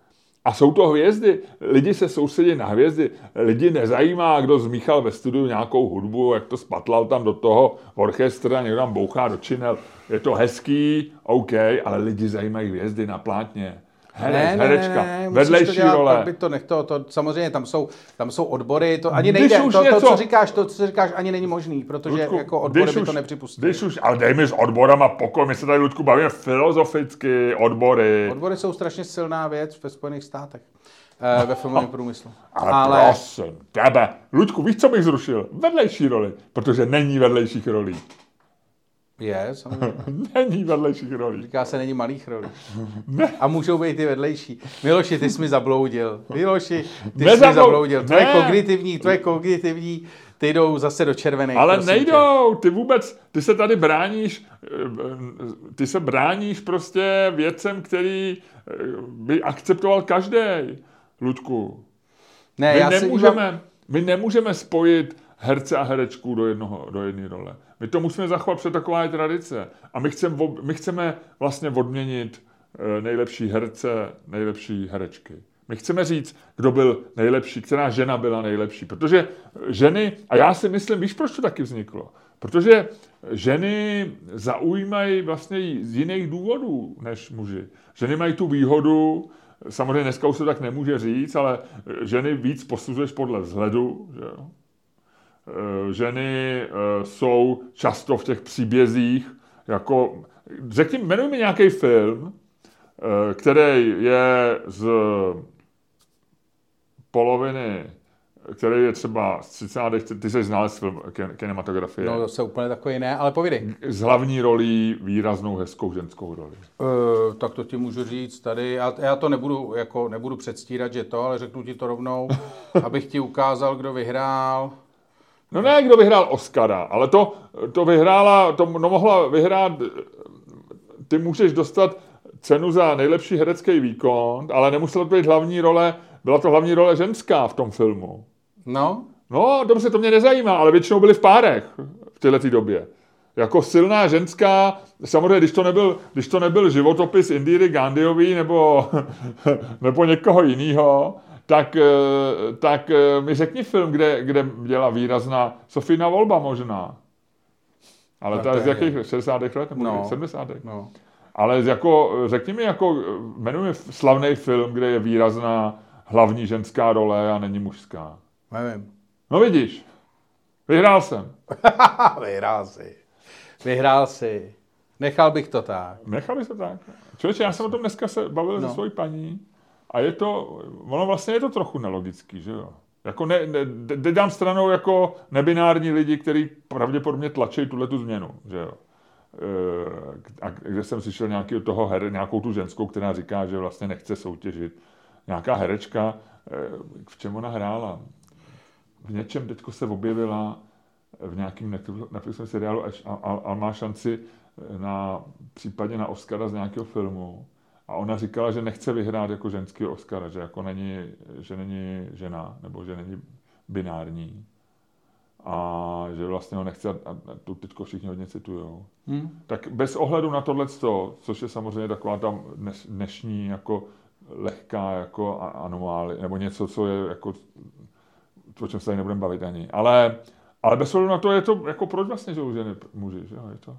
A jsou to hvězdy. Lidi se soustředí na hvězdy. Lidi nezajímá, kdo zmíchal ve studiu nějakou hudbu, jak to spatlal tam do toho orchestra, někdo tam bouchá do činel. Je to hezký, OK, ale lidi zajímají hvězdy na plátně. Herec, ne, herečka, ne, ne, ne, vedlejší dělat, role. By to nechto, to, samozřejmě tam jsou, tam jsou odbory, to ani nejde, to, to, co říkáš, to, co říkáš, ani není možný, protože Ludku, jako odbory by to nepřipustili. Když už, ale dej mi s odborama pokoj, my se tady, Ludku, bavíme filozoficky, odbory. Odbory jsou strašně silná věc ve Spojených státech, ve filmovém průmyslu. Ale, ale prosím, tebe, Ludku, víš, co bych zrušil? Vedlejší roli, protože není vedlejších rolí. Je, samozřejmě. Není vedlejších rolí. Říká se, není malých rolí. Ne. A můžou být i vedlejší. Miloši, ty jsi mi zabloudil. Miloši, ty Nezablou... jsi mi zabloudil. Tvoje ne. kognitivní, tvoje kognitivní, ty jdou zase do červených. Ale nejdou, tě. ty vůbec, ty se tady bráníš, ty se bráníš prostě věcem, který by akceptoval každý, Ludku. Ne, my, já nemůžeme, si... my nemůžeme spojit herce a herečku do jednoho, do jedné role. My to musíme zachovat, protože taková je tradice. A my chceme, my chceme vlastně odměnit nejlepší herce, nejlepší herečky. My chceme říct, kdo byl nejlepší, která žena byla nejlepší. Protože ženy, a já si myslím, víš, proč to taky vzniklo? Protože ženy zaujímají vlastně z jiných důvodů než muži. Ženy mají tu výhodu, samozřejmě dneska už se tak nemůže říct, ale ženy víc posuzuješ podle vzhledu, že jo? Ženy jsou často v těch příbězích, jako, řekni, jmenuj mi nějaký film, který je z poloviny, který je třeba z třicátých, ty jsi znalec film kinematografie. No, to se úplně takový ne, ale povídej. Z hlavní rolí výraznou, hezkou ženskou roli. Uh, tak to ti můžu říct tady. Já, já to nebudu, jako, nebudu předstírat, že to, ale řeknu ti to rovnou, abych ti ukázal, kdo vyhrál. No ne, kdo vyhrál Oscara, ale to, to vyhrála, to no mohla vyhrát, ty můžeš dostat cenu za nejlepší herecký výkon, ale nemusela to být hlavní role, byla to hlavní role ženská v tom filmu. No? No, dobře, to mě nezajímá, ale většinou byli v párech v této době. Jako silná ženská, samozřejmě, když to nebyl, když to nebyl životopis Indíry Gandhiový nebo, nebo někoho jiného, tak, tak mi řekni film, kde, kde dělá výrazná Sofína Volba možná. Ale to je z jakých šedesátých let nebo no. sedmdesátých No. Ale jako, řekni mi, jako, jmenuji slavný film, kde je výrazná hlavní ženská role a není mužská. Nevím. No vidíš, vyhrál jsem. Vyhrál jsi. Vyhrál jsi. Nechal bych to tak. Nechal bych to tak. Člověče, já jsem o tom dneska se bavil no. se svojí paní a je to, ono vlastně je to trochu nelogický, že jo. Jako ne, ne, de, dám stranou jako nebinární lidi, kteří pravděpodobně tlačí tuhletu změnu, že jo. A kde jsem slyšel nějaký toho her, nějakou tu ženskou, která říká, že vlastně nechce soutěžit. Nějaká herečka, v čem ona hrála? V něčem teďko se objevila v nějakém Netflixovém seriálu a, a, a má šanci na, případně na Oscara z nějakého filmu. A ona říkala, že nechce vyhrát jako ženský Oscara, že jako není, že není žena, nebo že není binární. A že vlastně ho nechce, a tu teďko všichni hodně citujou. Hmm. Tak bez ohledu na tohleto, což je samozřejmě taková tam dnes, dnešní jako lehká jako anomálie, nebo něco, co je jako, o čem se tady nebudeme bavit ani. Ale, ale bez ohledu na to je to, jako proč vlastně jsou ženy muži, že jo, je to.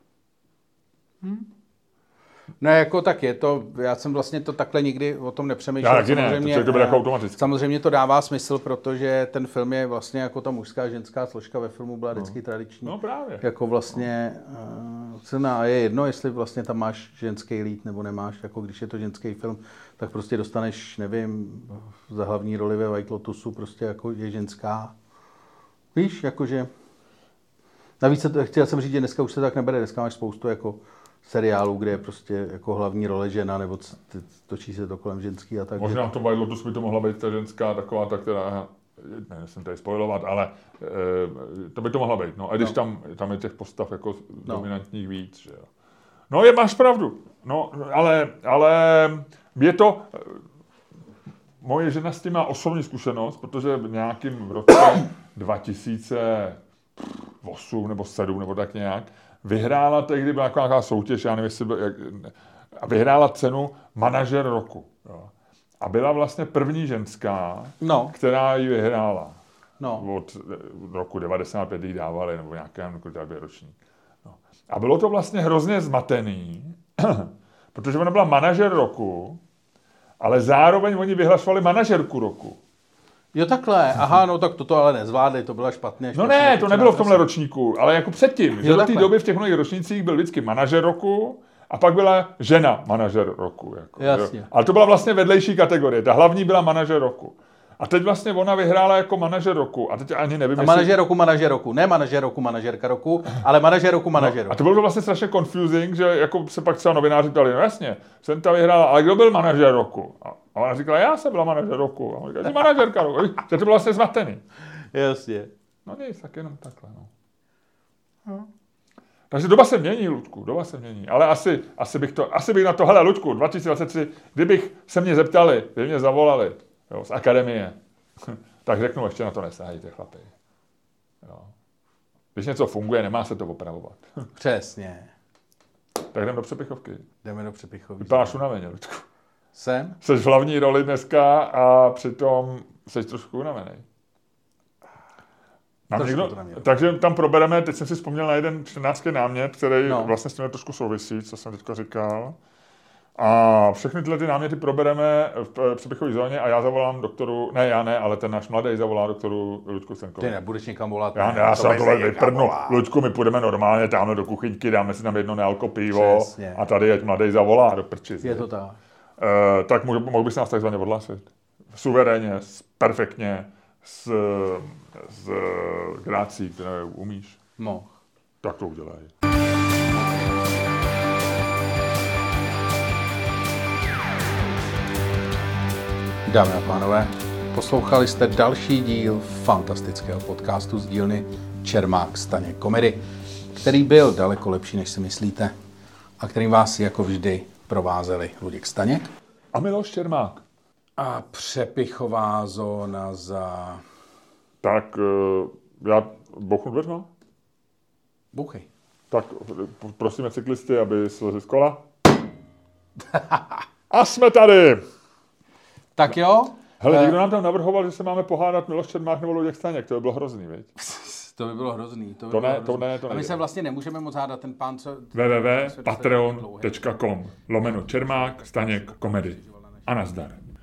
Hmm. No jako tak je to, já jsem vlastně to takhle nikdy o tom nepřemýšlel. Já taky ne, to bude jako automaticky. Samozřejmě to dává smysl, protože ten film je vlastně jako ta mužská a ženská složka ve filmu byla vždycky no. tradiční. No právě. Jako vlastně uh, cena je jedno, jestli vlastně tam máš ženský lead nebo nemáš, jako když je to ženský film, tak prostě dostaneš, nevím, za hlavní roli ve White Lotusu prostě jako je ženská. Víš, jakože navíc chtěl jsem říct, že dneska už se tak nebere, dneska máš spoustu jako seriálů, kde je prostě jako hlavní role žena, nebo točí se to kolem ženský a tak. Možná v tom White Lotus by to mohla být ta ženská taková, ta, která, ne, nesmím tady spoilovat, ale e, to by to mohla být. No a když no. tam, tam je těch postav jako no. dominantních víc, že jo. No je, máš pravdu. No, ale, ale je to, moje žena s tím má osobní zkušenost, protože v nějakým v roce dva tisíce osm nebo sedm nebo tak nějak, vyhrála tehdy, byla nějaká soutěž, já nevím, jestli byl, a vyhrála cenu manažer roku. Jo. A byla vlastně první ženská, no. která ji vyhrála. No. Od roku devadesát pět jí dávali, nebo nějakém jako ročník. No. A bylo to vlastně hrozně zmatený, protože ona byla manažer roku, ale zároveň oni vyhlašovali manažerku roku. Jo takhle, aha, no tak toto ale nezvládli, to bylo špatně. No ne, to nebylo v tomhle ročníku, ale jako předtím, že jo, do té doby v těch mnohých ročnících byl vždycky manažer roku a pak byla žena manažer roku. Jako, jasně. Jo. Ale to byla vlastně vedlejší kategorie, ta hlavní byla manažer roku. A teď vlastně ona vyhrála jako manažer roku. A teď ani nevím, a jestli... manažer roku, manažer roku. Ne manažer roku, manažerka roku, ale manažer roku, manažer roku. No, a to bylo to vlastně strašně confusing, že jako se pak třeba novináři ptali, no jasně, jsem ta vyhrála, ale kdo byl manažer roku? A ona říkala, já jsem byla manažer roku. A ona říkala, jsi manažerka roku. Že to bylo vlastně zmatený. Jasně. No nic, tak jenom takhle, no. no. Takže doba se mění, Luďku, doba se mění. Ale asi, asi, bych, to, asi bych na to, hele, Luďku, dva tisíce dvacet tři, kdybych se mě zeptali, kdyby mě zavolali, jo, z akademie, tak řeknu, ještě na to nesáhejte, chlapi. Jo. Když něco funguje, nemá se to opravovat. Přesně. Tak jdeme do přepichovky. Jdeme do přepichovky. Vypadáš unaveně, Luďku. Jsem? Jseš v hlavní roli dneska a přitom jsi trošku unavený. Někdo, takže tam probereme, teď jsem si vzpomněl na jeden čtrnáctý námět, který no. vlastně s tím trošku souvisí, co jsem teďka říkal. A všechny tyhle ty náměty probereme v přepichové zóně a já zavolám doktoru, ne já ne, ale ten náš mladý zavolá doktoru Luďku Stenkovi. Ty nebudeš nikam volat. Já, ne, já se na tohle vyprdnu. Luďku, my půjdeme normálně tamhle do kuchyňky, dáme si tam jedno nealko pivo. Přesně. A tady ať mladý zavolá do prčic. Je to tak. Uh, tak mohl, mohl bys nás takzvaně odhlásit. Suverénně, perfektně, s, s grácí, které umíš. Mohl. Tak to udělej. Dámy a pánové, poslouchali jste další díl fantastického podcastu z dílny Čermák Staněk Komedy, který byl daleko lepší, než si myslíte, a kterým vás jako vždy provázeli Luděk Staněk a Miloš Čermák. A přepichová zóna za... Tak já bouchnu dveřma? Bouchej. Tak prosíme cyklisty, aby slezli z kola. A jsme tady! Tak jo. Hele, někdo nám tam navrhoval, že se máme pohádat Miloš Čermák nebo Luděk Staněk. To by bylo hrozný, viď? To by bylo hrozný. To, by to, bylo ne, hrozný. to ne, to ne. A my se vlastně nemůžeme moc hádat, ten pán, co... w w w tečka patreon tečka com lomeno Čermák Staněk Komedy. A nazdar.